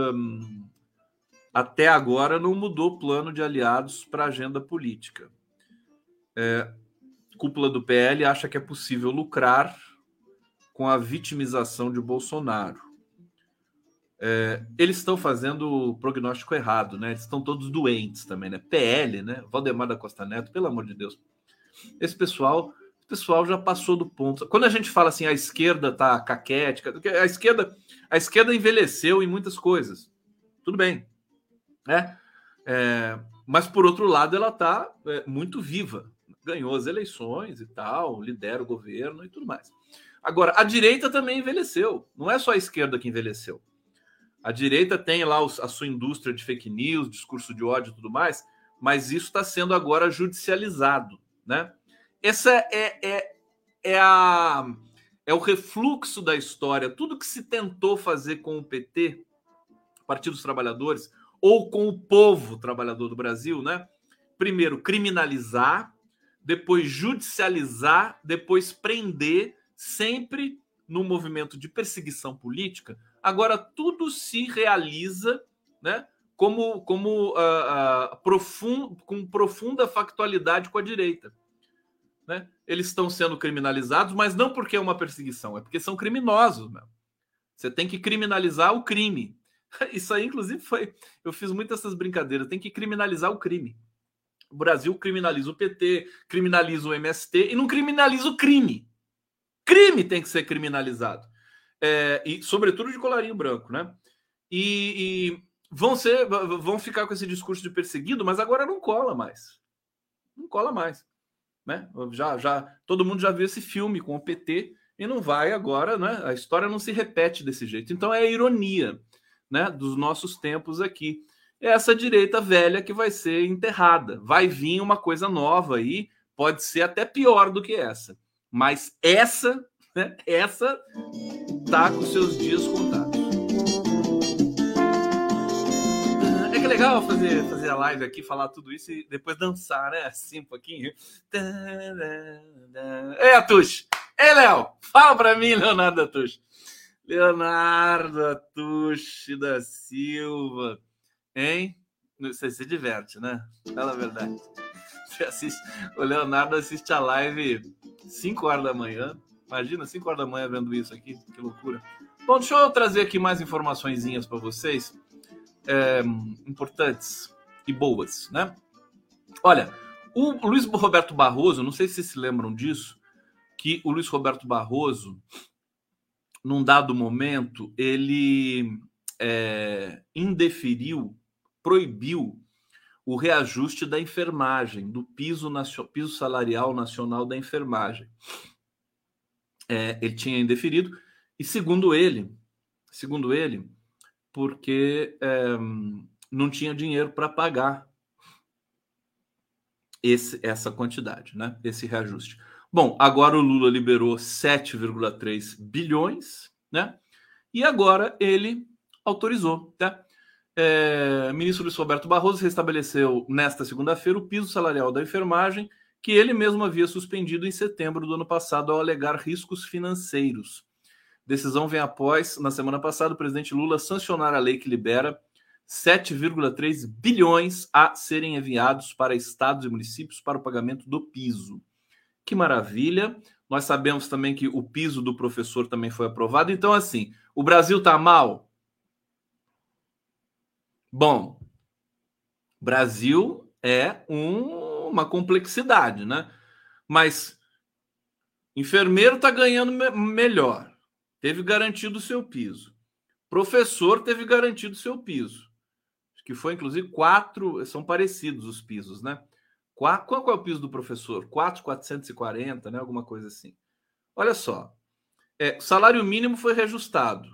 até agora não mudou o plano de aliados para a agenda política. Cúpula do PL acha que é possível lucrar com a vitimização de Bolsonaro. Eles estão fazendo o prognóstico errado, né? Eles estão todos doentes também, né? PL, né? Valdemar da Costa Neto, pelo amor de Deus. Esse pessoal já passou do ponto. Quando a gente fala assim, a esquerda tá caquética, a esquerda envelheceu em muitas coisas. Tudo bem, né? Mas, por outro lado, ela tá muito viva. Ganhou as eleições e tal, lidera o governo e tudo mais. Agora, a direita também envelheceu. Não é só a esquerda que envelheceu. A direita tem lá a sua indústria de fake news, discurso de ódio e tudo mais, mas isso está sendo agora judicializado, né? Essa é o refluxo da história. Tudo que se tentou fazer com o PT, Partido dos Trabalhadores, ou com o povo trabalhador do Brasil, né? Primeiro, criminalizar, depois judicializar, depois prender, sempre no movimento de perseguição política. Agora, tudo se realiza, né, com profunda factualidade com a direita. Né? Eles estão sendo criminalizados, mas não porque é uma perseguição, é porque são criminosos. Né? Você tem que criminalizar o crime. Isso aí, inclusive, eu fiz muitas dessas brincadeiras. Tem que criminalizar o crime. O Brasil criminaliza o PT, criminaliza o MST e não criminaliza o crime. Crime tem que ser criminalizado. E sobretudo de colarinho branco, né? E vão ficar com esse discurso de perseguido, mas agora não cola mais. Não cola mais. Né? Todo mundo já viu esse filme com o PT e não vai agora, né? A história não se repete desse jeito. Então é a ironia, né, dos nossos tempos aqui. É essa direita velha que vai ser enterrada. Vai vir uma coisa nova aí, pode ser até pior do que essa. Mas essa, né, essa tá com seus dias contados. É que é legal fazer a live aqui, falar tudo isso e depois dançar, né? Assim, um pouquinho. Atush! Ei, Léo! Fala pra mim, Leonardo Atush. Leonardo Atush da Silva. Hein? Você se diverte, né? Fala a verdade. O Leonardo assiste a live 5 horas da manhã. Imagina, 5 horas da manhã vendo isso aqui. Que loucura. Bom, deixa eu trazer aqui mais informaçõezinhas para vocês. Importantes e boas, né? Olha, o Luiz Roberto Barroso, não sei se vocês se lembram disso, que o Luiz Roberto Barroso, num dado momento, ele proibiu o reajuste da enfermagem, do piso salarial nacional da enfermagem. Ele tinha indeferido, e segundo ele, porque não tinha dinheiro para pagar essa quantidade, né? Esse reajuste. Bom, agora o Lula liberou 7,3 bilhões, né? E agora ele autorizou, tá? Ministro Luiz Roberto Barroso restabeleceu nesta segunda-feira o piso salarial da enfermagem, que ele mesmo havia suspendido em setembro do ano passado ao alegar riscos financeiros. Decisão vem após, na semana passada, o presidente Lula sancionar a lei que libera 7,3 bilhões a serem enviados para estados e municípios para o pagamento do piso. Que maravilha! Nós sabemos também que o piso do professor também foi aprovado. Então, assim, o Brasil está mal? Bom, Brasil é uma complexidade, né? Mas enfermeiro está ganhando melhor, teve garantido o seu piso. Professor teve garantido o seu piso, que foi inclusive 4, são parecidos os pisos, né? Qual é o piso do professor? 4.440, né? Alguma coisa assim. Olha só, o salário mínimo foi reajustado,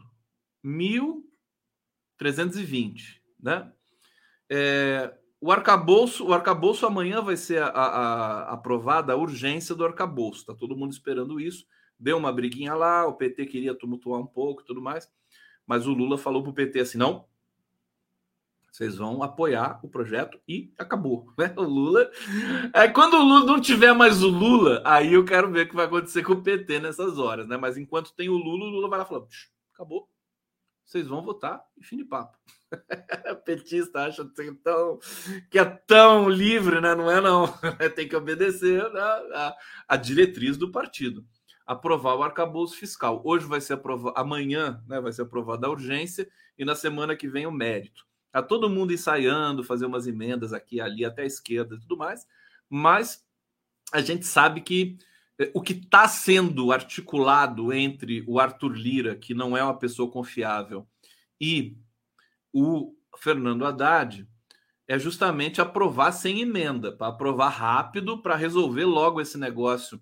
1.320, né? O arcabouço amanhã vai ser aprovada a urgência do arcabouço. Está todo mundo esperando isso. Deu uma briguinha lá, o PT queria tumultuar um pouco e tudo mais, mas o Lula falou para o PT assim: não, vocês vão apoiar o projeto e acabou. Né? O Lula. Quando o Lula não tiver mais o Lula, aí eu quero ver o que vai acontecer com o PT nessas horas, né? Mas enquanto tem o Lula vai lá falar: acabou. Vocês vão votar e fim de papo. Petista acha que é tão livre, né? Não é, não. Tem que obedecer a diretriz do partido. Aprovar o arcabouço fiscal. Hoje vai ser aprovado, amanhã, né, vai ser aprovada a urgência e na semana que vem o mérito. Tá todo mundo ensaiando, fazer umas emendas aqui, ali, até a esquerda e tudo mais, mas a gente sabe que o que está sendo articulado entre o Arthur Lira, que não é uma pessoa confiável, e o Fernando Haddad é justamente aprovar sem emenda, para aprovar rápido, para resolver logo esse negócio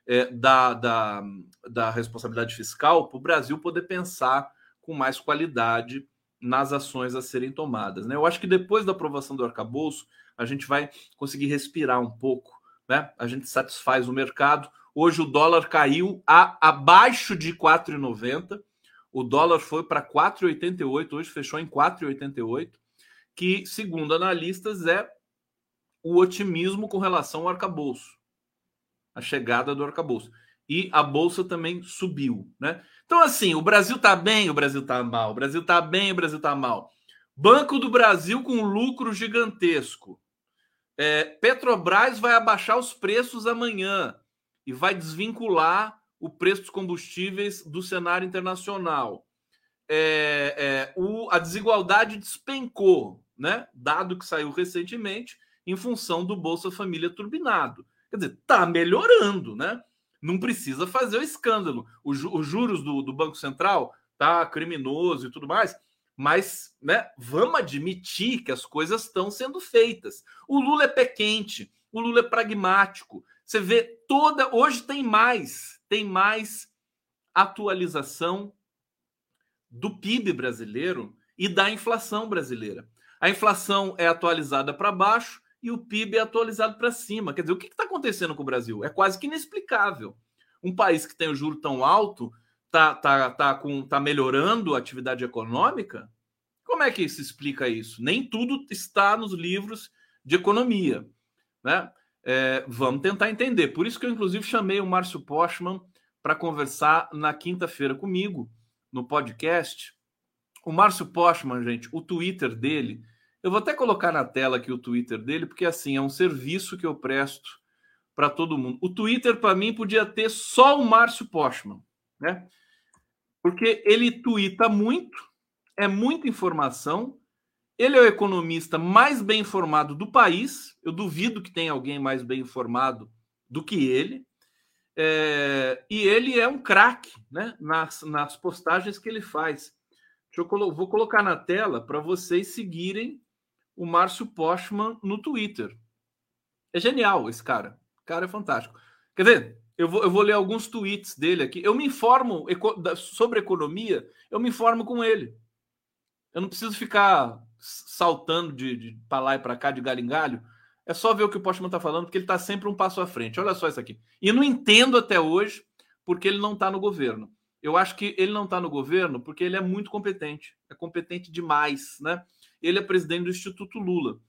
da responsabilidade fiscal, para o Brasil poder pensar com mais qualidade nas ações a serem tomadas. Né? Eu acho que depois da aprovação do arcabouço, a gente vai conseguir respirar um pouco, né? A gente satisfaz o mercado. Hoje o dólar caiu abaixo de 4,90. O dólar foi para 4,88, hoje fechou em 4,88, que, segundo analistas, é o otimismo com relação ao arcabouço, a chegada do arcabouço. E a bolsa também subiu, né? Então, assim, o Brasil está bem, o Brasil está mal, o Brasil está bem, o Brasil está mal. Banco do Brasil com lucro gigantesco. Petrobras vai abaixar os preços amanhã e vai desvincular o preço dos combustíveis do cenário internacional. A desigualdade despencou, né? Dado que saiu recentemente em função do Bolsa Família turbinado. Quer dizer, está melhorando, né? Não precisa fazer o escândalo. Os juros do Banco Central tá criminoso e tudo mais, mas, né, vamos admitir que as coisas estão sendo feitas. O Lula é pé quente, o Lula é pragmático. Você vê hoje tem mais atualização do PIB brasileiro e da inflação brasileira. A inflação é atualizada para baixo e o PIB é atualizado para cima. Quer dizer, o que está acontecendo com o Brasil? É quase que inexplicável. Um país que tem o juro tão alto tá melhorando a atividade econômica? Como é que se explica isso? Nem tudo está nos livros de economia, né? Vamos tentar entender. Por isso que eu, inclusive, chamei o Márcio Postman para conversar na quinta-feira comigo, no podcast. O Márcio Postman, gente, o Twitter dele, eu vou até colocar na tela aqui o Twitter dele, porque assim, é um serviço que eu presto para todo mundo. O Twitter, para mim, podia ter só o Márcio Postman, né? Porque ele tuita muito, é muita informação, ele é o economista mais bem informado do país, eu duvido que tenha alguém mais bem informado do que ele, e ele é um craque, né, nas postagens que ele faz. Vou colocar na tela para vocês seguirem o Márcio Postman no Twitter. É genial esse cara. O cara é fantástico. Quer ver? Eu vou ler alguns tweets dele aqui. Eu me informo sobre economia, eu me informo com ele. Eu não preciso ficar saltando de para lá e para cá, de galho em galho. É só ver o que o Postman está falando, porque ele está sempre um passo à frente. Olha só isso aqui. E eu não entendo até hoje porque ele não está no governo. Eu acho que ele não está no governo porque ele é muito competente. É competente demais, né? Ele é presidente do Instituto Lula.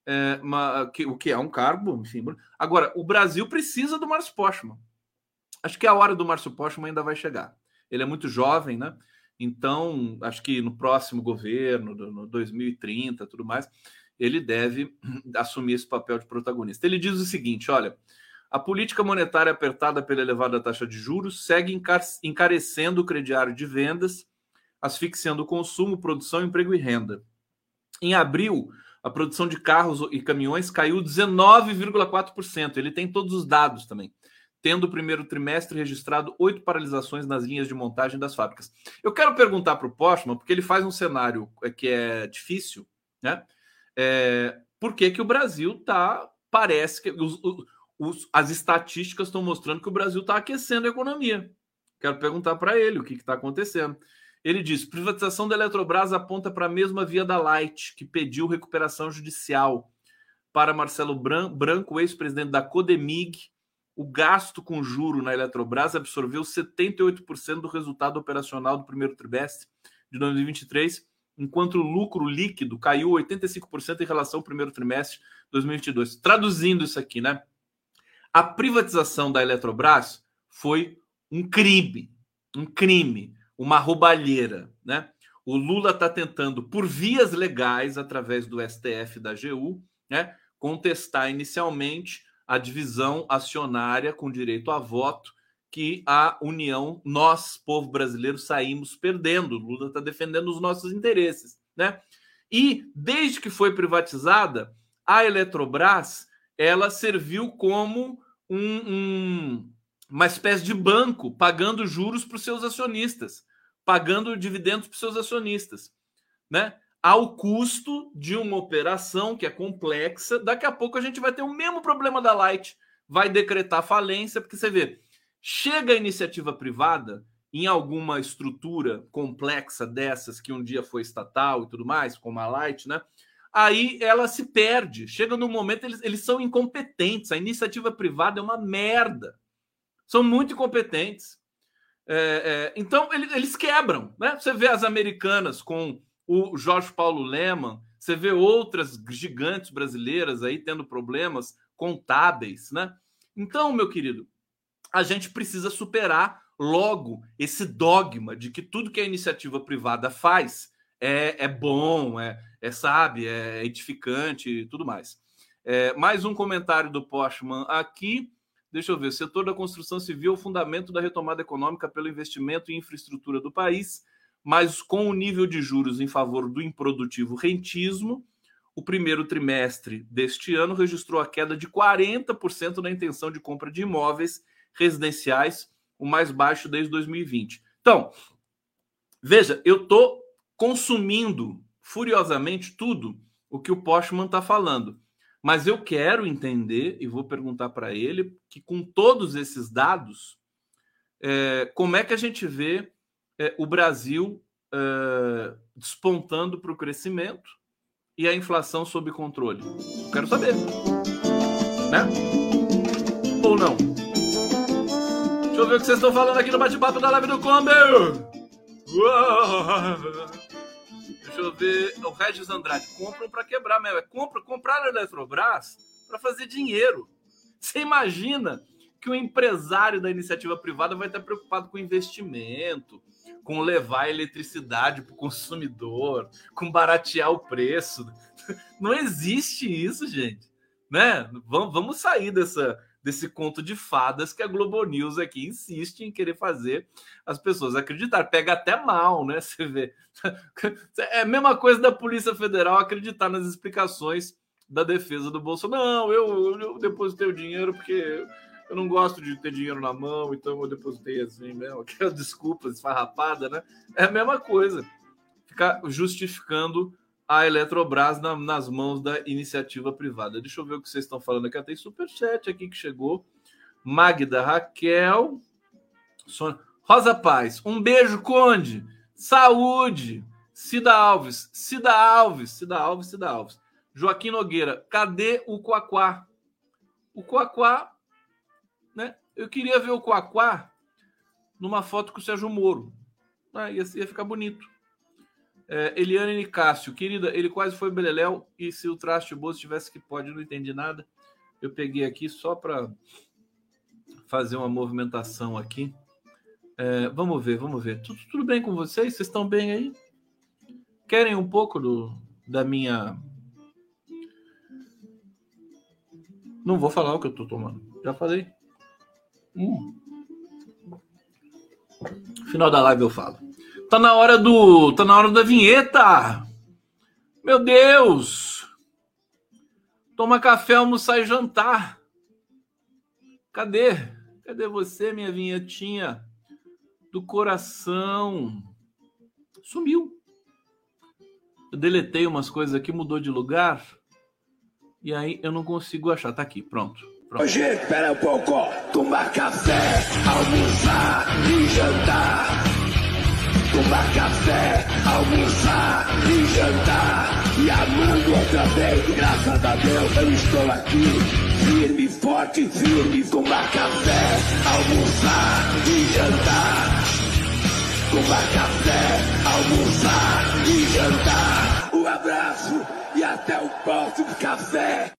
O que é um cargo, enfim. Agora, o Brasil precisa do Márcio Postman. Acho que a hora do Márcio Postman ainda vai chegar. Ele é muito jovem, né? Então, acho que no próximo governo, no 2030, tudo mais, ele deve assumir esse papel de protagonista. Ele diz o seguinte, olha, a política monetária apertada pela elevada taxa de juros segue encarecendo o crediário de vendas, asfixiando o consumo, produção, emprego e renda. Em abril, A produção de carros e caminhões caiu 19,4%. Ele tem todos os dados também, tendo o primeiro trimestre registrado 8 paralisações nas linhas de montagem das fábricas. Eu quero perguntar para o Postman, porque ele faz um cenário que é difícil, né? Por que o Brasil está... Parece que as estatísticas estão mostrando que o Brasil está aquecendo a economia. Quero perguntar para ele o que está acontecendo. Ele diz: privatização da Eletrobras aponta para a mesma via da Light, que pediu recuperação judicial. Para Marcelo Branco, ex-presidente da Codemig, o gasto com juro na Eletrobras absorveu 78% do resultado operacional do primeiro trimestre de 2023, enquanto o lucro líquido caiu 85% em relação ao primeiro trimestre de 2022. Traduzindo isso aqui, né? A privatização da Eletrobras foi um crime, uma roubalheira, né? O Lula está tentando, por vias legais, através do STF e da AGU, né, contestar inicialmente a divisão acionária com direito a voto que a União, nós, povo brasileiro, saímos perdendo. O Lula está defendendo os nossos interesses, né? E, desde que foi privatizada, a Eletrobras, ela serviu como uma espécie de banco, pagando juros para os seus acionistas, pagando dividendos para os seus acionistas, né? Ao custo de uma operação que é complexa. Daqui a pouco a gente vai ter o mesmo problema da Light, vai decretar falência, porque você vê, chega a iniciativa privada em alguma estrutura complexa dessas, que um dia foi estatal e tudo mais, como a Light, né? Aí ela se perde. Chega no momento, eles são incompetentes. A iniciativa privada é uma merda. São muito incompetentes. Então, eles quebram, né? Você vê as americanas com o Jorge Paulo Lemann, você vê outras gigantes brasileiras aí tendo problemas contábeis, né? Então, meu querido, a gente precisa superar logo esse dogma de que tudo que a iniciativa privada faz é bom, sabe, é edificante e tudo mais. Mais um comentário do Postman aqui. Deixa eu ver. O setor da construção civil é o fundamento da retomada econômica pelo investimento em infraestrutura do país, mas com o nível de juros em favor do improdutivo rentismo, o primeiro trimestre deste ano registrou a queda de 40% na intenção de compra de imóveis residenciais, o mais baixo desde 2020. Então, veja, eu estou consumindo furiosamente tudo o que o Postman está falando. Mas eu quero entender, e vou perguntar para ele, que com todos esses dados, como é que a gente vê o Brasil despontando para o crescimento e a inflação sob controle? Eu quero saber. Né? Ou não? Deixa eu ver o que vocês estão falando aqui no bate-papo da live do Kombi. Deixa eu ver. O Regis Andrade. Compram para quebrar mesmo. Comprar a Eletrobras para fazer dinheiro. Você imagina que o empresário da iniciativa privada vai estar preocupado com investimento, com levar a eletricidade para o consumidor, com baratear o preço? Não existe isso, gente. Né? Vamos sair desse conto de fadas que a Globo News aqui insiste em querer fazer as pessoas acreditar. Pega até mal, né? Você vê. É a mesma coisa da Polícia Federal acreditar nas explicações da defesa do Bolsonaro. Não, eu depositei o dinheiro porque eu não gosto de ter dinheiro na mão, então eu depositei assim mesmo. Aquela desculpa esfarrapada, né? É a mesma coisa. Ficar justificando a Eletrobras nas mãos da iniciativa privada. Deixa eu ver o que vocês estão falando aqui. Tem superchat aqui que chegou. Magda Raquel. Rosa Paz. Um beijo, Conde. Saúde. Cida Alves. Joaquim Nogueira. Cadê o Quaquá? O Quaquá, né? Eu queria ver o Quaquá numa foto com o Sérgio Moro. Ia ficar bonito. Eliane Nicásio, querida, ele quase foi beleléu, e se o traste bolso tivesse que pode, eu não entendi nada. Eu peguei aqui só para fazer uma movimentação aqui. Vamos ver. Tudo bem com vocês? Vocês estão bem aí? Querem um pouco da minha... Não vou falar o que eu estou tomando. Já falei. Final da live eu falo. Tá na hora da vinheta. Meu Deus. Toma café, almoçar e jantar. Cadê? Cadê você, minha vinhetinha do coração? Sumiu. Eu deletei umas coisas aqui, mudou de lugar. E aí eu não consigo achar. Tá aqui, pronto. Hoje, espera um pouco. Tomar café, almoçar e jantar. Tomar café, almoçar e jantar. E amando outra vez, graças a Deus eu estou aqui. Firme, forte, firme. Tomar café, almoçar e jantar. Tomar café, almoçar e jantar. Um abraço e até o próximo café.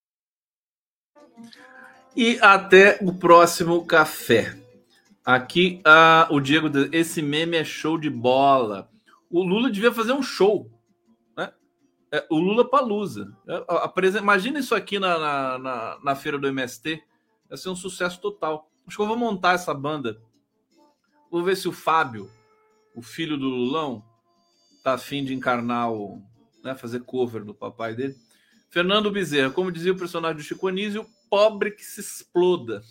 E até o próximo café. Aqui, o Diego, esse meme é show de bola. O Lula devia fazer um show, né? O Lula Palusa. Imagina isso aqui na feira do MST. Vai ser um sucesso total. Acho que eu vou montar essa banda. Vou ver se o Fábio, o filho do Lulão, tá afim de encarnar fazer cover do papai dele. Fernando Bezerra, como dizia o personagem do Chico Anísio, pobre que se exploda.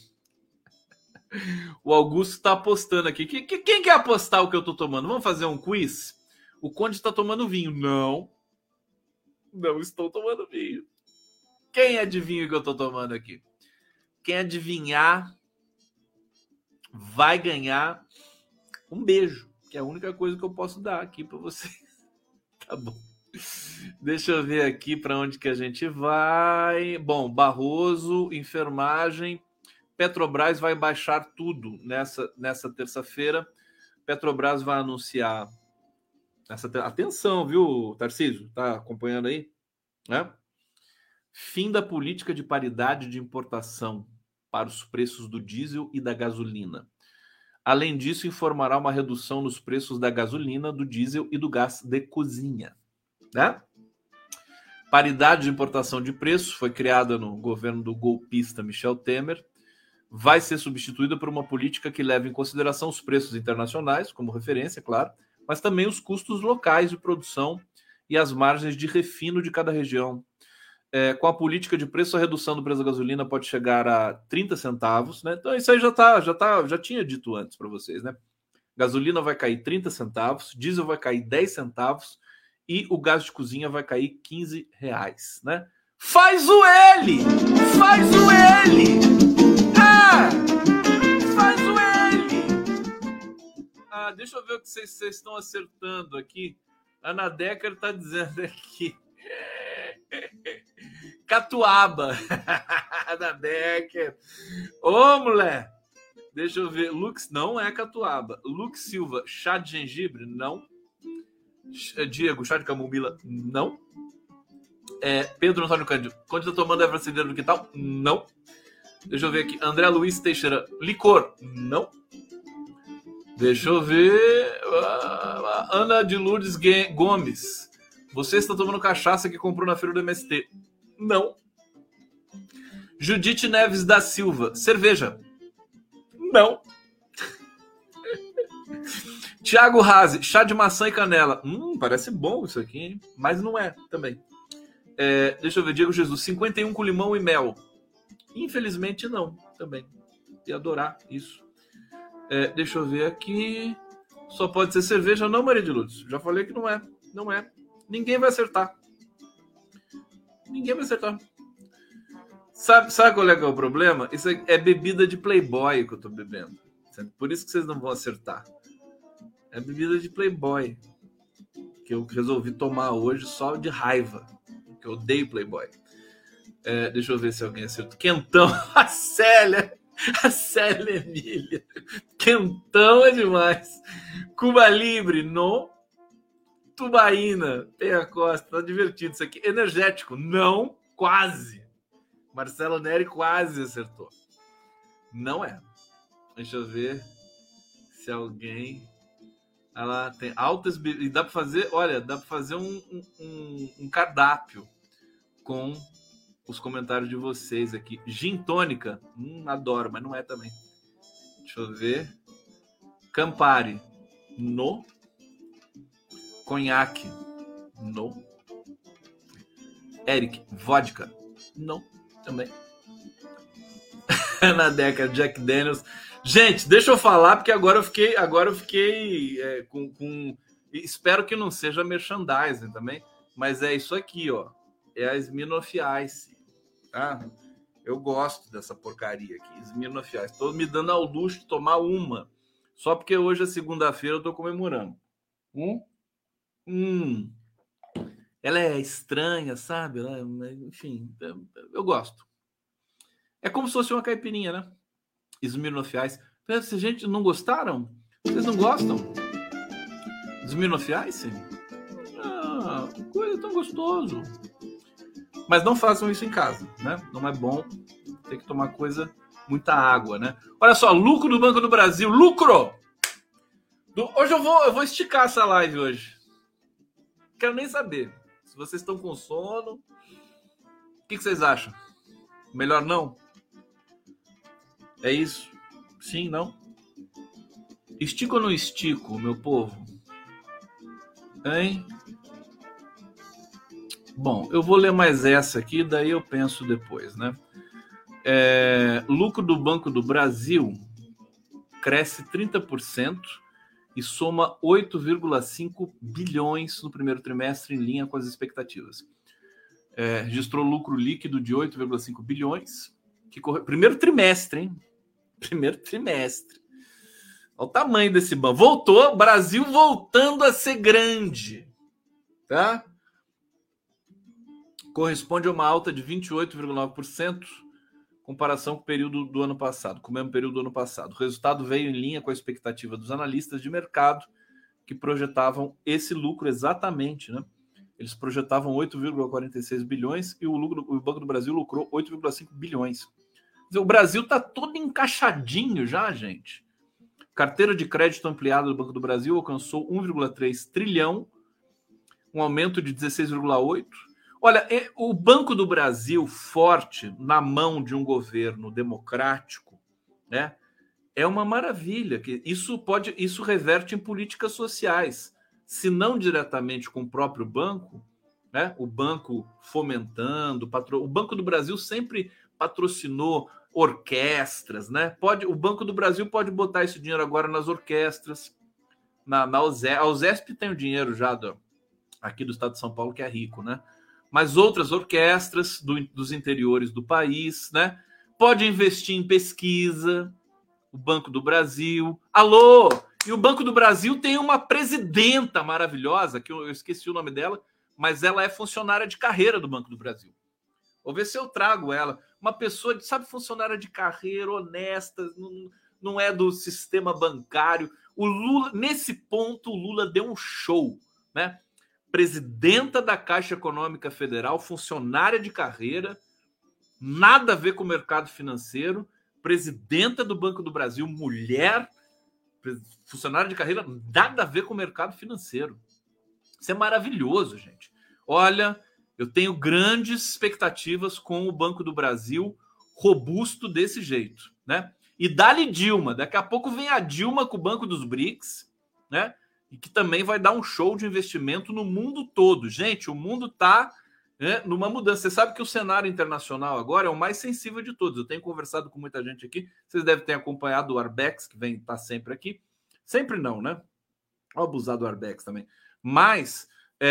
O Augusto está apostando aqui. Quem quer apostar o que eu tô tomando? Vamos fazer um quiz? O Conde está tomando vinho. Não estou tomando vinho. Quem adivinha o que eu tô tomando aqui? Quem adivinhar vai ganhar um beijo, que é a única coisa que eu posso dar aqui para vocês. Tá bom. Deixa eu ver aqui para onde que a gente vai. Bom, Barroso, enfermagem. Petrobras vai baixar tudo nessa terça-feira. Petrobras vai anunciar... Atenção, viu, Tarcísio? Tá acompanhando aí? Né? Fim da política de paridade de importação para os preços do diesel e da gasolina. Além disso, informará uma redução nos preços da gasolina, do diesel e do gás de cozinha. Né? Paridade de importação de preços foi criada no governo do golpista Michel Temer. Vai ser substituída por uma política que leva em consideração os preços internacionais, como referência, claro, mas também os custos locais de produção e as margens de refino de cada região. Com a política de preço, a redução do preço da gasolina pode chegar a 30 centavos. Né? Então, isso aí já tinha dito antes para vocês. Né? Gasolina vai cair 30 centavos, diesel vai cair 10 centavos e o gás de cozinha vai cair R$15. Né? Faz o L! Faz o L! Faz o L! Deixa eu ver o que vocês estão acertando aqui. A Ana Decker está dizendo aqui. Catuaba. Ana Decker. Ô, mulher! Deixa eu ver. Lux não é catuaba. Lux Silva, chá de gengibre? Não. Diego, chá de camomila? Não. Pedro Antônio Cândido, quando tá tomando erva cidreira do que tal? Não. Deixa eu ver aqui. André Luiz Teixeira, licor? Não. Deixa eu ver. Ana de Lourdes Gomes, você está tomando cachaça que comprou na feira do MST? Não. Judite Neves da Silva, cerveja? Não. Tiago Razi, chá de maçã e canela. Parece bom isso aqui, hein? Mas não é também. Deixa eu ver, Diego Jesus, 51 com limão e mel. Infelizmente não, também. Ia adorar isso. Deixa eu ver aqui. Só pode ser cerveja, não, Maria de Lourdes. Já falei que não é. Não é. Ninguém vai acertar. Ninguém vai acertar. Sabe qual é que é o problema? Isso é bebida de Playboy que eu tô bebendo. Por isso que vocês não vão acertar. É bebida de Playboy. Que eu resolvi tomar hoje só de raiva. Que eu odeio Playboy. Deixa eu ver se alguém acertou. Quentão. A Célia Emília. Quentão é demais. Cuba Libre. No. Tubaína. Penha Costa. Tá divertido isso aqui. Energético. Não. Quase. Marcelo Neri quase acertou. Não é. Deixa eu ver se alguém... Ela tem altas... E dá para fazer... Olha, dá para fazer um cardápio com os comentários de vocês aqui. Gin tônica. Adoro, mas não é também. Deixa eu ver. Campari. No. Conhaque. No. Eric. Vodka. Não. também. Na década, Jack Daniels. Gente, deixa eu falar, porque agora eu fiquei com... Espero que não seja merchandising também, mas é isso aqui, ó. É a Smirnoff Ice, tá? Eu gosto dessa porcaria aqui, Smirnoff Ice. Estou me dando ao luxo de tomar uma, só porque hoje é segunda-feira, eu estou comemorando. Ela é estranha, sabe? Enfim, eu gosto. É como se fosse uma caipirinha, né? Smirnoff Ice. Se gente não gostaram, vocês não gostam? Smirnoff Ice? Ah, que coisa tão gostoso. Mas não façam isso em casa, né? Não é bom. Tem que tomar muita água, né? Olha só, lucro do Banco do Brasil. Lucro! Hoje eu vou esticar essa live hoje. Quero nem saber. Se vocês estão com sono, o que vocês acham? Melhor não? É isso? Sim, não? Estico ou não estico, meu povo? Hein? Bom, eu vou ler mais essa aqui, daí eu penso depois, né? Lucro do Banco do Brasil cresce 30% e soma 8,5 bilhões no primeiro trimestre, em linha com as expectativas. Registrou lucro líquido de 8,5 bilhões, primeiro trimestre, hein? Primeiro trimestre. Olha o tamanho desse banco. Voltou, Brasil voltando a ser grande, tá? Corresponde a uma alta de 28,9%, comparação com o período do ano passado, com o mesmo período do ano passado. O resultado veio em linha com a expectativa dos analistas de mercado, que projetavam esse lucro exatamente, né? Eles projetavam 8,46 bilhões e o Banco do Brasil lucrou 8,5 bilhões. O Brasil está todo encaixadinho já, gente. Carteira de crédito ampliada do Banco do Brasil alcançou 1,3 trilhão, um aumento de 16,8%. Olha, o Banco do Brasil forte na mão de um governo democrático, né? É uma maravilha. Isso reverte em políticas sociais, se não diretamente com o próprio banco, né? O banco fomentando, o Banco do Brasil sempre patrocinou orquestras, né? O Banco do Brasil pode botar esse dinheiro agora nas orquestras, a USESP tem o dinheiro já aqui do estado de São Paulo, que é rico, né? Mas outras orquestras dos interiores do país, né? Pode investir em pesquisa, o Banco do Brasil. Alô! E o Banco do Brasil tem uma presidenta maravilhosa, que eu esqueci o nome dela, mas ela é funcionária de carreira do Banco do Brasil. Vou ver se eu trago ela. Uma pessoa, sabe, funcionária de carreira, honesta, não é do sistema bancário. O Lula, nesse ponto, o Lula deu um show, né? Presidenta da Caixa Econômica Federal, funcionária de carreira, nada a ver com o mercado financeiro, presidenta do Banco do Brasil, mulher, funcionária de carreira, nada a ver com o mercado financeiro. Isso é maravilhoso, gente. Olha, eu tenho grandes expectativas com o Banco do Brasil robusto desse jeito, né? E dá-lhe Dilma. Daqui a pouco vem a Dilma com o Banco dos BRICS, né? E que também vai dar um show de investimento no mundo todo. Gente, o mundo está, né, numa mudança. Você sabe que o cenário internacional agora é o mais sensível de todos. Eu tenho conversado com muita gente aqui. Vocês devem ter acompanhado o Arbex, que está sempre aqui. Sempre não, né? Vou abusar do Arbex também. Mas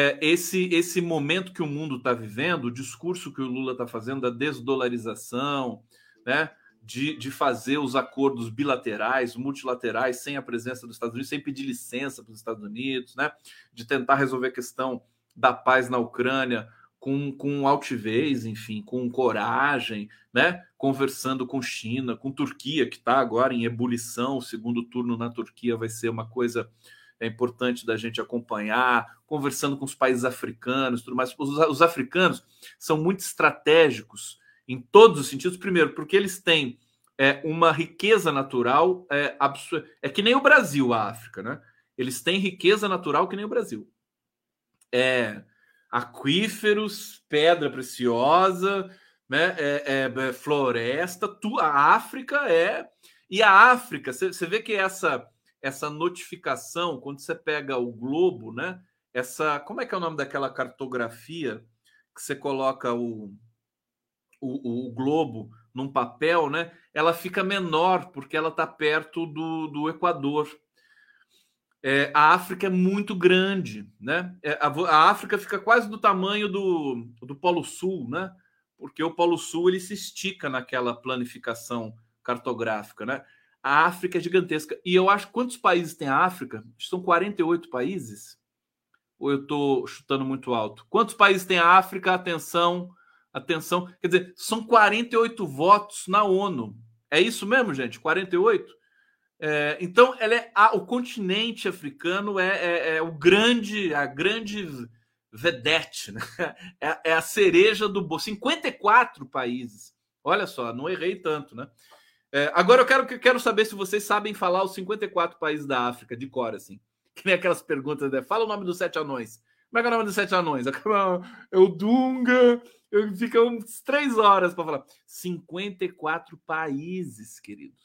esse momento que o mundo está vivendo, o discurso que o Lula está fazendo da desdolarização, né? De fazer os acordos bilaterais, multilaterais, sem a presença dos Estados Unidos, sem pedir licença para os Estados Unidos, né? De tentar resolver a questão da paz na Ucrânia com altivez, enfim, com coragem, né? Conversando com China, com Turquia, que está agora em ebulição. O segundo turno na Turquia vai ser uma coisa importante da gente acompanhar, conversando com os países africanos, tudo mais. Os africanos são muito estratégicos em todos os sentidos. Primeiro, porque eles têm uma riqueza natural absurda. É que nem o Brasil, a África, né? Eles têm riqueza natural que nem o Brasil. Aquíferos, pedra preciosa, né? Floresta. A África E a África, você vê que essa notificação, quando você pega o globo, né? Como é que é o nome daquela cartografia que você coloca o globo num papel, né, ela fica menor porque ela está perto do Equador. A África é muito grande, né? A África fica quase do tamanho do Polo Sul, né? Porque o Polo Sul ele se estica naquela planificação cartográfica, né? A África é gigantesca. E eu acho quantos países tem a África? São 48 países? Ou eu estou chutando muito alto? Quantos países tem a África? Atenção, atenção. Quer dizer, são 48 votos na ONU. É isso mesmo, gente? 48? Então, o continente africano é a grande vedete, né? É a cereja do bolo. 54 países. Olha só, não errei tanto, né? Agora eu quero saber se vocês sabem falar os 54 países da África de cor, assim. Que nem aquelas perguntas, né? Fala o nome dos 7 anões. Como é que é o nome dos 7 anões? É o Dunga. Fica uns 3 horas para falar. 54 países, queridos.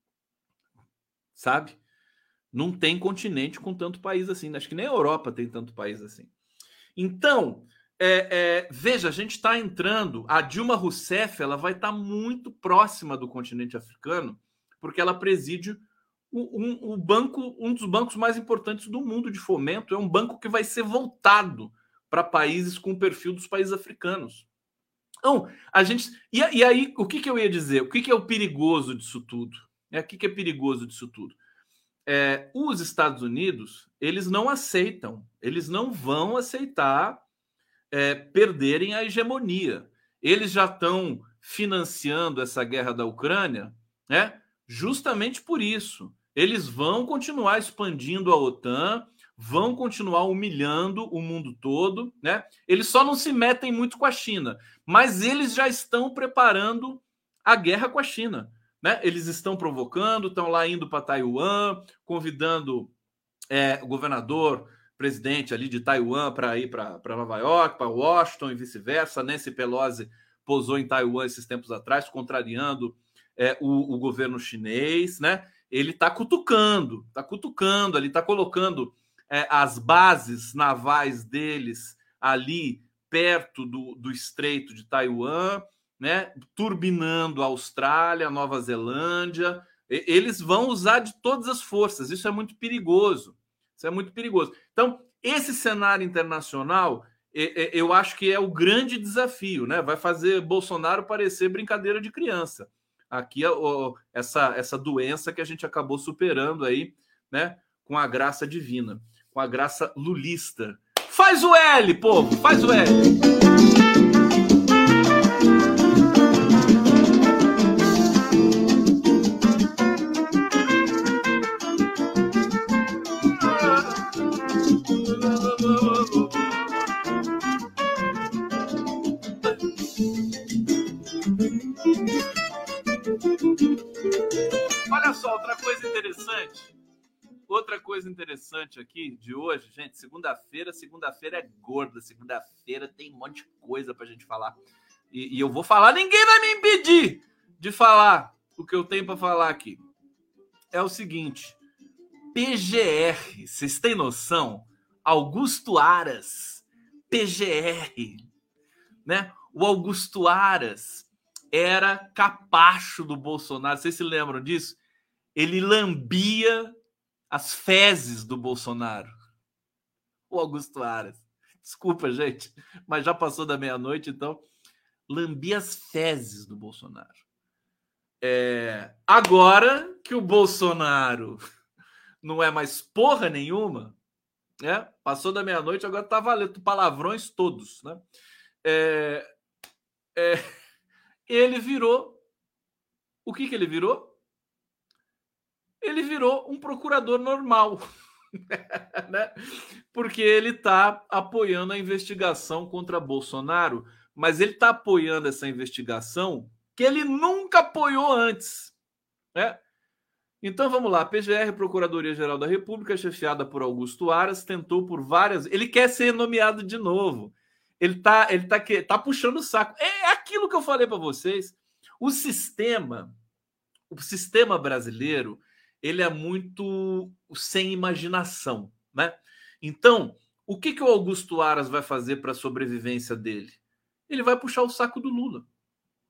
Sabe? Não tem continente com tanto país assim. Acho que nem a Europa tem tanto país assim. Então, veja, a gente está entrando. A Dilma Rousseff ela vai estar muito próxima do continente africano, porque ela preside um dos bancos mais importantes do mundo de fomento. É um banco que vai ser voltado para países com o perfil dos países africanos. Então, a gente. E aí, o que eu ia dizer? O que é o perigoso disso tudo? O que é perigoso disso tudo? Os Estados Unidos, eles não aceitam, eles não vão aceitar perderem a hegemonia. Eles já estão financiando essa guerra da Ucrânia, né? Justamente por isso. Eles vão continuar expandindo a OTAN, vão continuar humilhando o mundo todo, né? Eles só não se metem muito com a China, mas eles já estão preparando a guerra com a China. Né? Eles estão provocando, estão lá indo para Taiwan, convidando o governador, presidente ali de Taiwan para ir para Nova York, para Washington e vice-versa. Nancy Pelosi pousou em Taiwan esses tempos atrás, contrariando o governo chinês. Né? Ele está cutucando ali, está colocando as bases navais deles ali perto do Estreito de Taiwan, né, turbinando a Austrália, Nova Zelândia. Eles vão usar de todas as forças. Isso é muito perigoso. Então, esse cenário internacional, eu acho que é o grande desafio, né? Vai fazer Bolsonaro parecer brincadeira de criança. Aqui essa doença que a gente acabou superando aí, né, com a graça divina, com a graça lulista. Faz o L, povo, faz o L. Olha só, outra coisa interessante aqui de hoje, gente, segunda-feira é gorda, segunda-feira tem um monte de coisa pra gente falar. E eu vou falar, ninguém vai me impedir de falar o que eu tenho para falar aqui. É o seguinte, PGR, vocês têm noção? Augusto Aras, PGR, né? O Augusto Aras era capacho do Bolsonaro. Vocês se lembram disso? Ele lambia as fezes do Bolsonaro. O Augusto Aras. Desculpa, gente, mas já passou da meia-noite, então lambia as fezes do Bolsonaro. Agora que o Bolsonaro não é mais porra nenhuma, né? Passou da meia-noite, agora tá valendo palavrões todos, né? Ele virou... O que ele virou? Ele virou um procurador normal, né? Porque ele está apoiando a investigação contra Bolsonaro, mas ele está apoiando essa investigação que ele nunca apoiou antes, né? Então vamos lá, PGR, Procuradoria-Geral da República, chefiada por Augusto Aras, tentou por várias... Ele quer ser nomeado de novo. Ele tá puxando o saco. É aquilo que eu falei para vocês. O sistema brasileiro, ele é muito sem imaginação, né? Então, o que o Augusto Aras vai fazer para a sobrevivência dele? Ele vai puxar o saco do Lula.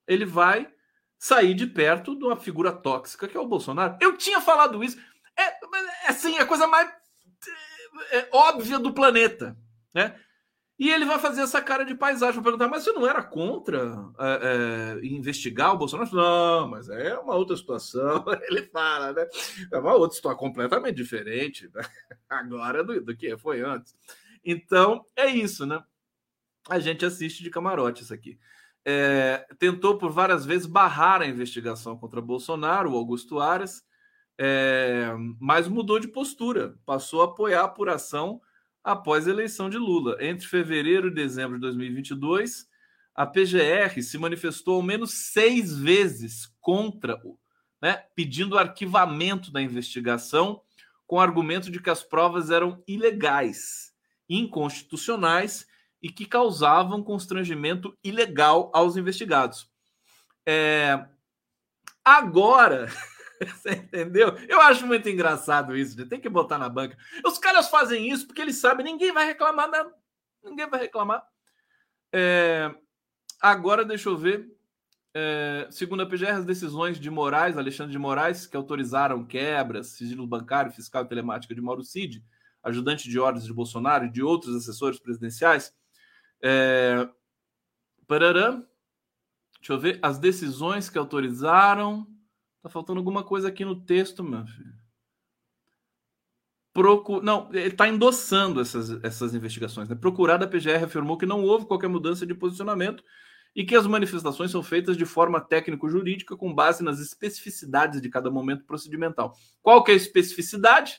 ele vai sair de perto de uma figura tóxica que é o Bolsonaro. Eu tinha falado isso. Assim, a coisa mais óbvia do planeta, né? E ele vai fazer essa cara de paisagem. Vou perguntar, mas você não era contra investigar o Bolsonaro? Não, mas é uma outra situação. Ele fala, né? É uma outra situação completamente diferente, né? Agora do que foi antes. Então, é isso, né? A gente assiste de camarote isso aqui. Tentou por várias vezes barrar a investigação contra Bolsonaro, o Augusto Aras, mas mudou de postura, passou a apoiar a apuração após a eleição de Lula. Entre fevereiro e dezembro de 2022, a PGR se manifestou ao menos 6 vezes contra, né, pedindo o arquivamento da investigação, com o argumento de que as provas eram ilegais, inconstitucionais e que causavam constrangimento ilegal aos investigados. Agora, você entendeu? Eu acho muito engraçado isso, tem que botar na banca. Os caras fazem isso porque eles sabem, ninguém vai reclamar nada. Ninguém vai reclamar. Agora, deixa eu ver. Segundo a PGR, as decisões de Moraes, Alexandre de Moraes, que autorizaram quebras, sigilo bancário, fiscal e telemática de Mauro Cid, ajudante de ordens de Bolsonaro e de outros assessores presidenciais. Deixa eu ver. As decisões que autorizaram. Tá faltando alguma coisa aqui no texto, meu filho. Não, ele está endossando essas investigações, né? Procurada, a PGR afirmou que não houve qualquer mudança de posicionamento e que as manifestações são feitas de forma técnico-jurídica com base nas especificidades de cada momento procedimental. Qual que é a especificidade?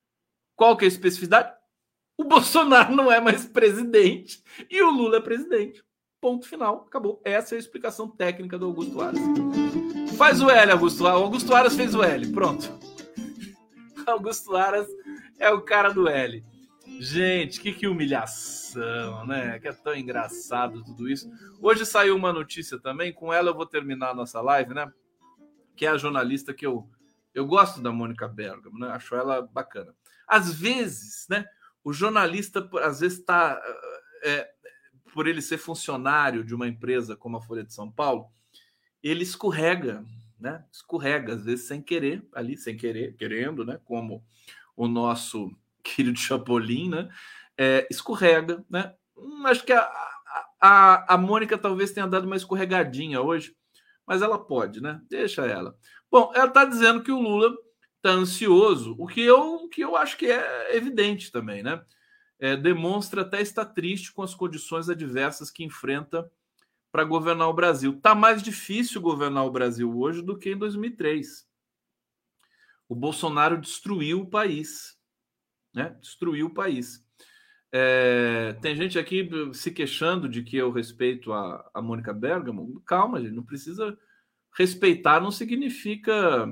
O Bolsonaro não é mais presidente e o Lula é presidente. Ponto final, acabou. Essa é a explicação técnica do Augusto Aras. Faz o L, Augusto. O Augusto Aras fez o L. Pronto. Augusto Aras é o cara do L. Gente, que humilhação, né? Que é tão engraçado tudo isso. Hoje saiu uma notícia também, com ela eu vou terminar a nossa live, né? Que é a jornalista que eu gosto da Mônica Bergamo, né? Acho ela bacana. Às vezes, né? O jornalista, às vezes, está... por ele ser funcionário de uma empresa como a Folha de São Paulo, ele escorrega, né? Escorrega, às vezes sem querer, querendo, né? Como o nosso querido Chapolin, né? Escorrega, né? Acho que a Mônica talvez tenha dado uma escorregadinha hoje, mas ela pode, né? Deixa ela. Bom, ela está dizendo que o Lula está ansioso, o que eu acho que é evidente também, né? Demonstra até estar triste com as condições adversas que enfrenta para governar o Brasil. Está mais difícil governar o Brasil hoje do que em 2003. O Bolsonaro destruiu o país, né? Destruiu o país. Tem gente aqui se queixando de que eu respeito a Mônica Bergamo. Calma, gente, não precisa respeitar, não significa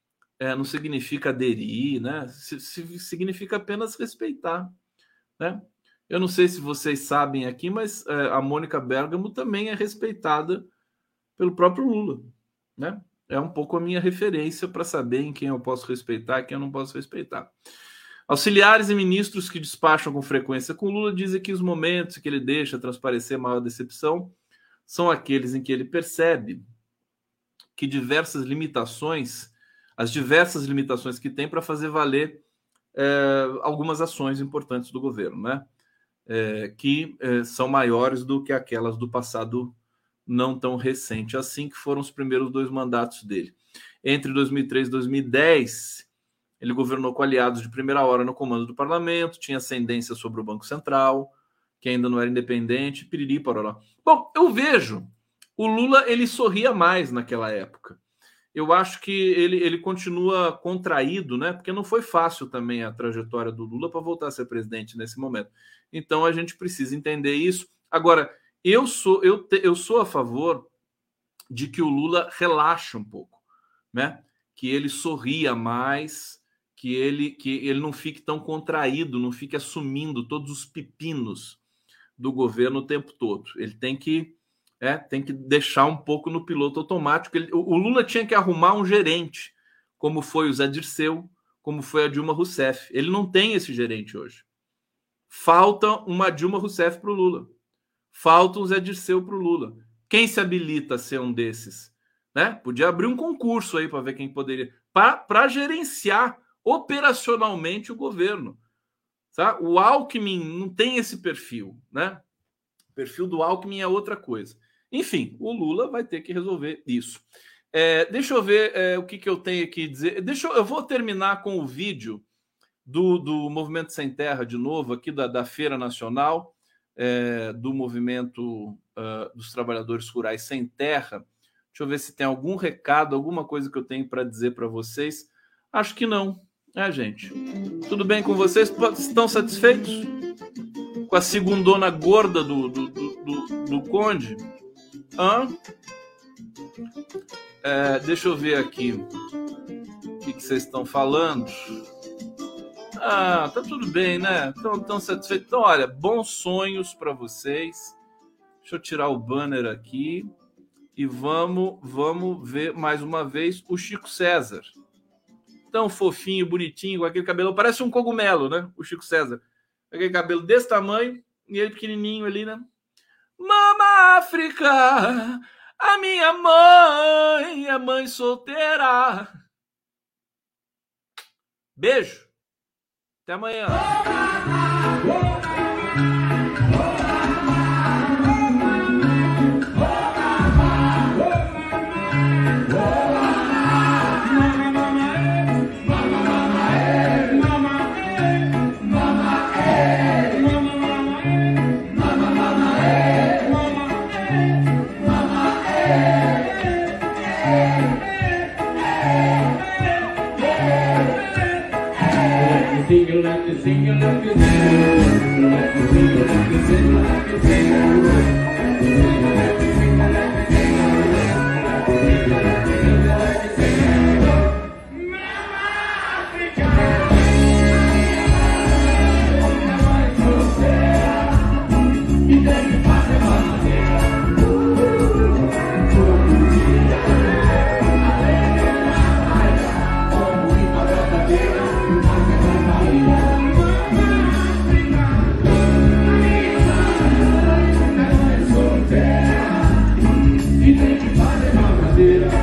aderir, né? Significa apenas respeitar, né? Eu não sei se vocês sabem aqui, mas a Mônica Bergamo também é respeitada pelo próprio Lula, né? É um pouco a minha referência para saber em quem eu posso respeitar e quem eu não posso respeitar. Auxiliares e ministros que despacham com frequência com Lula dizem que os momentos que ele deixa transparecer maior decepção são aqueles em que ele percebe que as diversas limitações que tem para fazer valer algumas ações importantes do governo, né? Que são maiores do que aquelas do passado não tão recente, assim que foram os primeiros 2 mandatos dele. Entre 2003 e 2010, ele governou com aliados de primeira hora no comando do parlamento, tinha ascendência sobre o Banco Central, que ainda não era independente, piriri, pororó. Bom, eu vejo, o Lula, ele sorria mais naquela época. Eu acho que ele continua contraído, né? Porque não foi fácil também a trajetória do Lula para voltar a ser presidente nesse momento. Então a gente precisa entender isso. Agora, eu sou a favor de que o Lula relaxe um pouco, né? Que ele sorria mais, que ele não fique tão contraído, não fique assumindo todos os pepinos do governo o tempo todo. Ele tem que deixar um pouco no piloto automático. O Lula tinha que arrumar um gerente, como foi o Zé Dirceu, como foi a Dilma Rousseff. Ele não tem esse gerente hoje. Falta uma Dilma Rousseff para o Lula. Falta um Zé Dirceu para o Lula. Quem se habilita a ser um desses? Né? Podia abrir um concurso aí para ver quem poderia, para gerenciar operacionalmente o governo. Tá? O Alckmin não tem esse perfil, né? O perfil do Alckmin é outra coisa. Enfim, o Lula vai ter que resolver isso. Deixa eu ver o que eu tenho aqui a dizer. Eu vou terminar com o vídeo do Movimento Sem Terra, de novo, aqui da Feira Nacional, do Movimento dos Trabalhadores Rurais Sem Terra. Deixa eu ver se tem algum recado, alguma coisa que eu tenho para dizer para vocês. Acho que não, gente? Tudo bem com vocês? Estão satisfeitos com a segundona gorda do Conde? Deixa eu ver aqui o que vocês estão falando. Tá tudo bem, né? Estão satisfeitos. Então, olha, bons sonhos para vocês. Deixa eu tirar o banner aqui e vamos ver mais uma vez o Chico César. Tão fofinho, bonitinho, com aquele cabelo. Parece um cogumelo, né? O Chico César. Aquele cabelo desse tamanho e ele pequenininho ali, né? Mama África, a minha mãe, a mãe solteira. Beijo. Até amanhã. E tem que fazer uma bandeira.